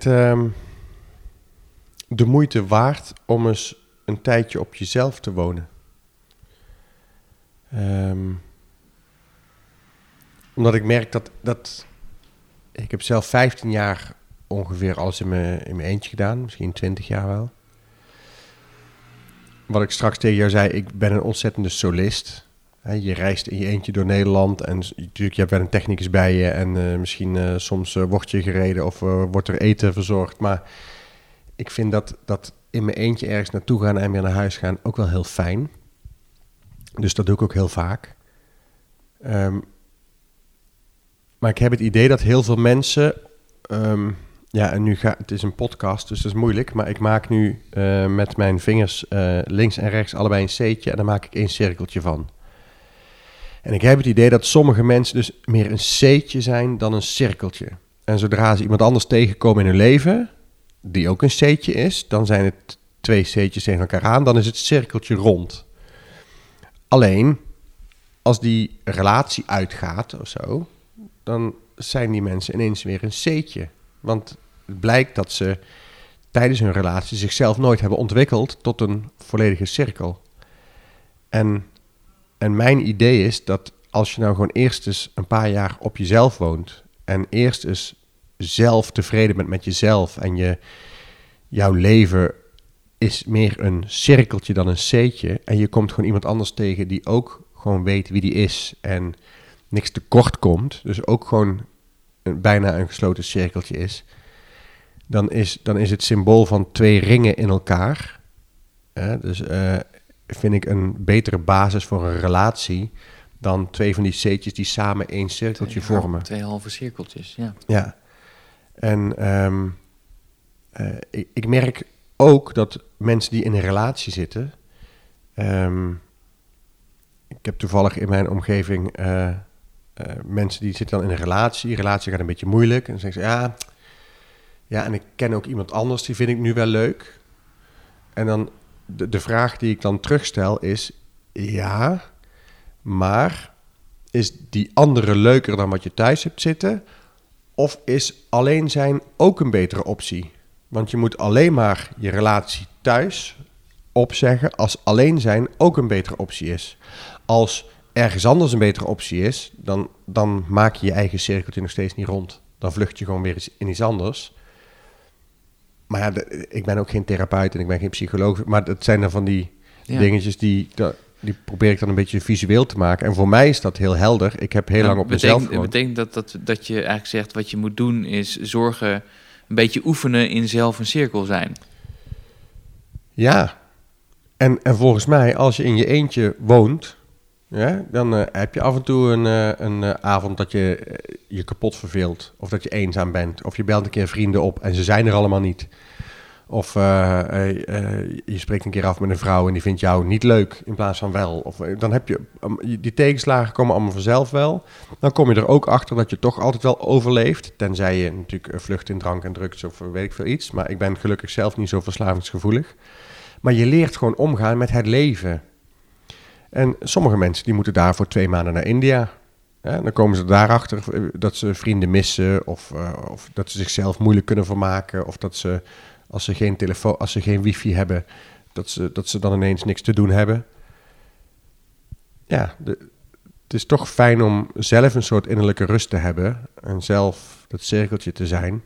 S2: de moeite waard om eens een tijdje op jezelf te wonen. Omdat ik merk dat ik heb zelf 15 jaar ongeveer alles in mijn eentje gedaan. Misschien 20 jaar wel. Wat ik straks tegen jou zei, ik ben een ontzettende solist. Je reist in je eentje door Nederland en natuurlijk, je hebt wel een technicus bij je en misschien soms word je gereden of wordt er eten verzorgd. Maar ik vind dat in mijn eentje ergens naartoe gaan en weer naar huis gaan ook wel heel fijn. Dus dat doe ik ook heel vaak. Maar ik heb het idee dat heel veel mensen, en het is een podcast, dus dat is moeilijk, maar ik maak nu met mijn vingers links en rechts allebei een C'tje en dan maak ik 1 cirkeltje van. En ik heb het idee dat sommige mensen dus meer een C'tje zijn dan een cirkeltje. En zodra ze iemand anders tegenkomen in hun leven, die ook een C'tje is, dan zijn het 2 C'tjes tegen elkaar aan, dan is het cirkeltje rond. Alleen, als die relatie uitgaat of zo, dan zijn die mensen ineens weer een C'tje. Want het blijkt dat ze tijdens hun relatie zichzelf nooit hebben ontwikkeld tot een volledige cirkel. En mijn idee is dat als je nou gewoon eerst eens een paar jaar op jezelf woont en eerst eens zelf tevreden bent met jezelf en jouw leven is meer een cirkeltje dan een C'tje en je komt gewoon iemand anders tegen die ook gewoon weet wie die is en niks tekort komt, dus ook gewoon bijna een gesloten cirkeltje is, dan is het symbool van 2 ringen in elkaar. Vind ik een betere basis voor een relatie dan 2 van die C'tjes die samen 1 cirkeltje vormen.
S1: 2 halve cirkeltjes, ja. Ja.
S2: En ik merk ook dat mensen die in een relatie zitten, ik heb toevallig in mijn omgeving mensen die zitten dan in een relatie. Die relatie gaat een beetje moeilijk. En dan zeggen ze, ja, en ik ken ook iemand anders, die vind ik nu wel leuk. En dan de vraag die ik dan terugstel is, ja, maar is die andere leuker dan wat je thuis hebt zitten? Of is alleen zijn ook een betere optie? Want je moet alleen maar je relatie thuis opzeggen als alleen zijn ook een betere optie is. Als ergens anders een betere optie is, dan maak je je eigen cirkeltje nog steeds niet rond. Dan vlucht je gewoon weer in iets anders. Maar ja, ik ben ook geen therapeut en ik ben geen psycholoog. Maar het zijn dan van die dingetjes die probeer ik dan een beetje visueel te maken. En voor mij is dat heel helder. Ik heb heel lang op mezelf gewoond.
S1: Het betekent dat je eigenlijk zegt, wat je moet doen is zorgen, een beetje oefenen in zelf een cirkel zijn.
S2: Ja. En volgens mij, als je in je eentje woont, ja, dan heb je af en toe een avond dat je je kapot verveelt. Of dat je eenzaam bent. Of je belt een keer vrienden op en ze zijn er allemaal niet. Of je spreekt een keer af met een vrouw en die vindt jou niet leuk in plaats van wel. Of dan heb je, die tegenslagen komen allemaal vanzelf wel. Dan kom je er ook achter dat je toch altijd wel overleeft. Tenzij je natuurlijk vlucht in drank en drugs of weet ik veel iets. Maar ik ben gelukkig zelf niet zo verslavingsgevoelig. Maar je leert gewoon omgaan met het leven. En sommige mensen die moeten daarvoor 2 maanden naar India. Ja, dan komen ze daarachter dat ze vrienden missen. Of dat ze zichzelf moeilijk kunnen vermaken. Of dat ze, als ze geen wifi hebben, dat ze dan ineens niks te doen hebben. Ja, het is toch fijn om zelf een soort innerlijke rust te hebben. En zelf dat cirkeltje te zijn.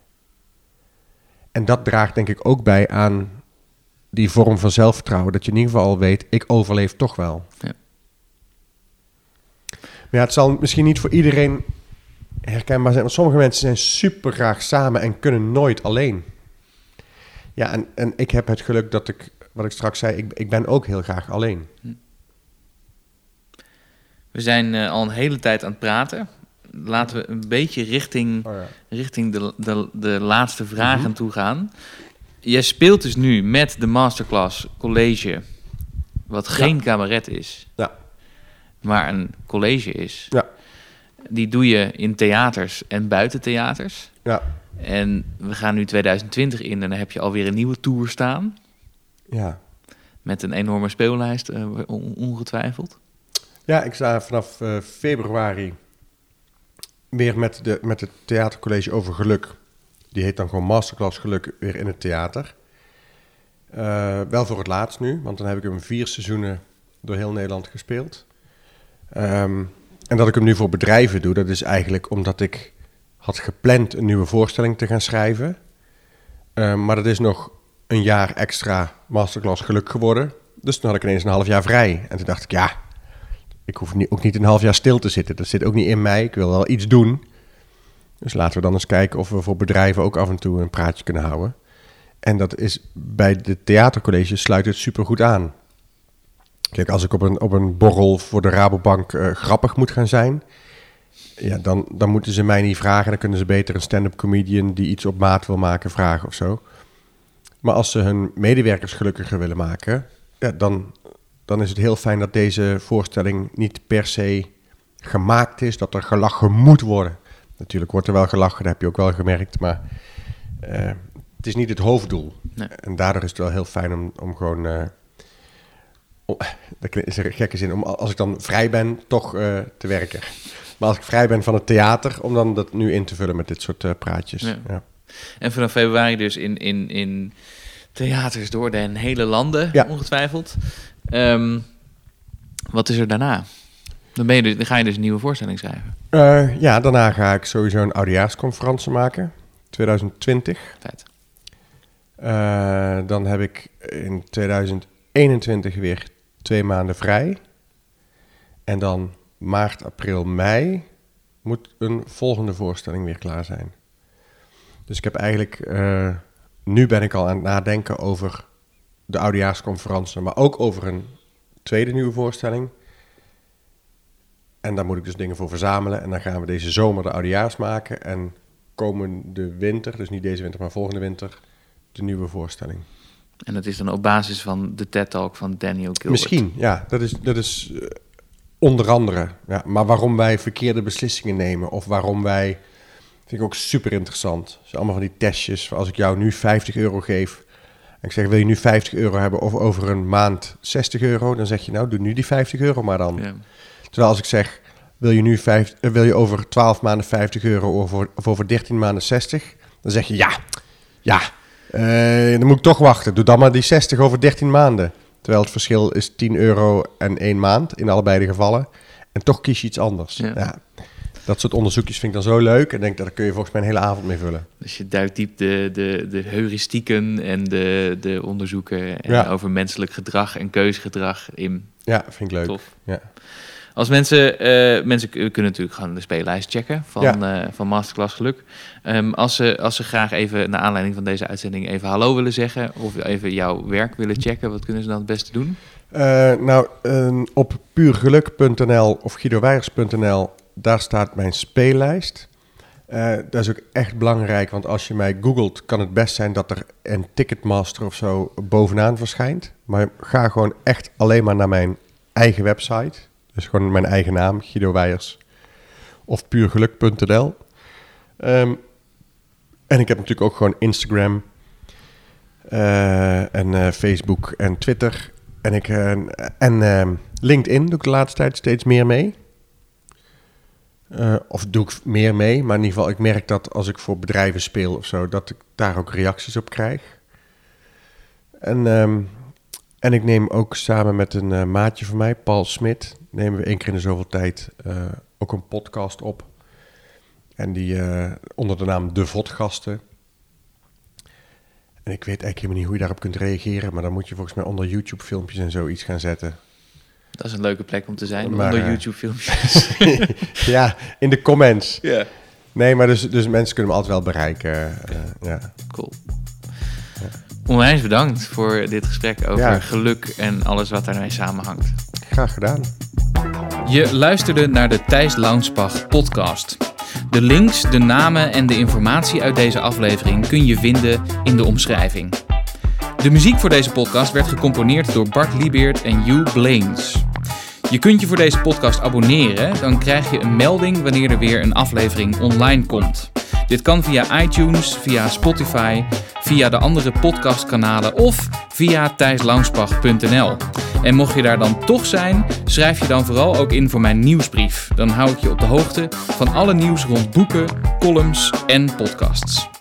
S2: En dat draagt denk ik ook bij aan die vorm van zelfvertrouwen. Dat je in ieder geval al weet, ik overleef toch wel.
S1: Ja.
S2: Maar ja, het zal misschien niet voor iedereen herkenbaar zijn. Want sommige mensen zijn super graag samen en kunnen nooit alleen. Ja, en ik heb het geluk dat wat ik straks zei, ik ben ook heel graag alleen.
S1: We zijn al een hele tijd aan het praten. Laten we een beetje richting de laatste vragen toe gaan. Jij speelt dus nu met de masterclass college, wat geen cabaret is, maar een college is. Ja. Die doe je in theaters en buiten theaters. Ja. En we gaan nu 2020 in en dan heb je alweer een nieuwe tour staan. Ja. Met een enorme speellijst, ongetwijfeld. Ja,
S2: ik sta vanaf februari weer met het theatercollege over geluk. Die heet dan gewoon Masterclass Geluk weer in het theater. Wel voor het laatst nu, want dan heb ik hem 4 seizoenen door heel Nederland gespeeld. En dat ik hem nu voor bedrijven doe, dat is eigenlijk omdat ik had gepland een nieuwe voorstelling te gaan schrijven. Maar dat is nog een jaar extra Masterclass Geluk geworden. Dus toen had ik ineens een half jaar vrij. En toen dacht ik, ik hoef ook niet een half jaar stil te zitten. Dat zit ook niet in mij. Ik wil wel iets doen. Dus laten we dan eens kijken of we voor bedrijven ook af en toe een praatje kunnen houden. En dat is bij de theatercolleges sluit het supergoed aan. Kijk, als ik op een borrel voor de Rabobank grappig moet gaan zijn, ja, dan moeten ze mij niet vragen. Dan kunnen ze beter een stand-up comedian die iets op maat wil maken vragen of zo. Maar als ze hun medewerkers gelukkiger willen maken, ja, dan is het heel fijn dat deze voorstelling niet per se gemaakt is, dat er gelachen moet worden. Natuurlijk wordt er wel gelachen, dat heb je ook wel gemerkt, maar het is niet het hoofddoel. Nee. En daardoor is het wel heel fijn om gewoon, dat is een gekke zin, om als ik dan vrij ben, toch te werken. Maar als ik vrij ben van het theater, om dan dat nu in te vullen met dit soort praatjes. Ja. Ja.
S1: En vanaf februari dus in theaters door de hele landen, ongetwijfeld. Wat is er daarna? Dan ga je dus een nieuwe voorstelling schrijven.
S2: Daarna ga ik sowieso een oudejaarsconferentie maken. 2020.
S1: Feit.
S2: Dan heb ik in 2021 weer 2 maanden vrij. En dan maart, april, mei moet een volgende voorstelling weer klaar zijn. Dus ik heb eigenlijk... nu ben ik al aan het nadenken over de oudejaarsconferentie, maar ook over een tweede nieuwe voorstelling. En daar moet ik dus dingen voor verzamelen. En dan gaan we deze zomer de oudejaars maken. En komende winter, dus niet deze winter, maar volgende winter, de nieuwe voorstelling.
S1: En dat is dan op basis van de TED-talk van Daniel Gilbert?
S2: Misschien, ja. Dat is onder andere. Ja, maar waarom wij verkeerde beslissingen nemen of waarom wij... Vind ik ook super interessant. Dus allemaal van die testjes. Als ik jou nu €50 geef en ik zeg, wil je nu €50 hebben of over een maand €60? Dan zeg je, nou, doe nu die €50 maar dan. Ja. Terwijl als ik zeg, wil je over 12 maanden €50 of over 13 maanden 60? Dan zeg je, dan moet ik toch wachten. Doe dan maar die 60 over 13 maanden. Terwijl het verschil is €10 en 1 maand in allebei de gevallen. En toch kies je iets anders. Ja. Dat soort onderzoekjes vind ik dan zo leuk. En denk dat daar kun je volgens mij een hele avond mee vullen.
S1: Dus je duikt diep de heuristieken en de onderzoeken over menselijk gedrag en keuzegedrag in.
S2: Ja, vind ik leuk.
S1: Tof.
S2: Ja.
S1: Als mensen kunnen natuurlijk gewoon de speellijst checken van Masterclass Geluk. Als ze graag even, naar aanleiding van deze uitzending, even hallo willen zeggen of even jouw werk willen checken, wat kunnen ze dan het beste doen?
S2: Op puurgeluk.nl of guidowijers.nl, daar staat mijn speellijst. Dat is ook echt belangrijk, want als je mij googelt, kan het best zijn dat er een Ticketmaster of zo bovenaan verschijnt. Maar ga gewoon echt alleen maar naar mijn eigen website. Dus gewoon mijn eigen naam, Guido Wijers. Of puurgeluk.nl. En ik heb natuurlijk ook gewoon Instagram. En Facebook en Twitter. En LinkedIn doe ik de laatste tijd steeds meer mee. Of doe ik meer mee. Maar in ieder geval, ik merk dat als ik voor bedrijven speel of zo, dat ik daar ook reacties op krijg. En ik neem ook samen met een maatje van mij, Paul Smit, nemen we 1 keer in de zoveel tijd ook een podcast op. En die onder de naam De Vodgasten. En ik weet eigenlijk helemaal niet hoe je daarop kunt reageren, maar dan moet je volgens mij onder YouTube-filmpjes en zo iets gaan zetten.
S1: Dat is een leuke plek om te zijn, maar, onder YouTube-filmpjes.
S2: Ja, in de comments.
S1: Ja.
S2: Nee, maar dus mensen kunnen me altijd wel bereiken. Ja.
S1: Cool. Ja. Onwijs bedankt voor dit gesprek over geluk en alles wat daarmee samenhangt.
S2: Graag gedaan.
S1: Je luisterde naar de Thijs Launsbach podcast. De links, de namen en de informatie uit deze aflevering kun je vinden in de omschrijving. De muziek voor deze podcast werd gecomponeed door Bart Liebeert en Hugh Blaines. Je kunt je voor deze podcast abonneren, dan krijg je een melding wanneer er weer een aflevering online komt. Dit kan via iTunes, via Spotify, via de andere podcastkanalen of via thijslaunsbach.nl. En mocht je daar dan toch zijn, schrijf je dan vooral ook in voor mijn nieuwsbrief. Dan hou ik je op de hoogte van alle nieuws rond boeken, columns en podcasts.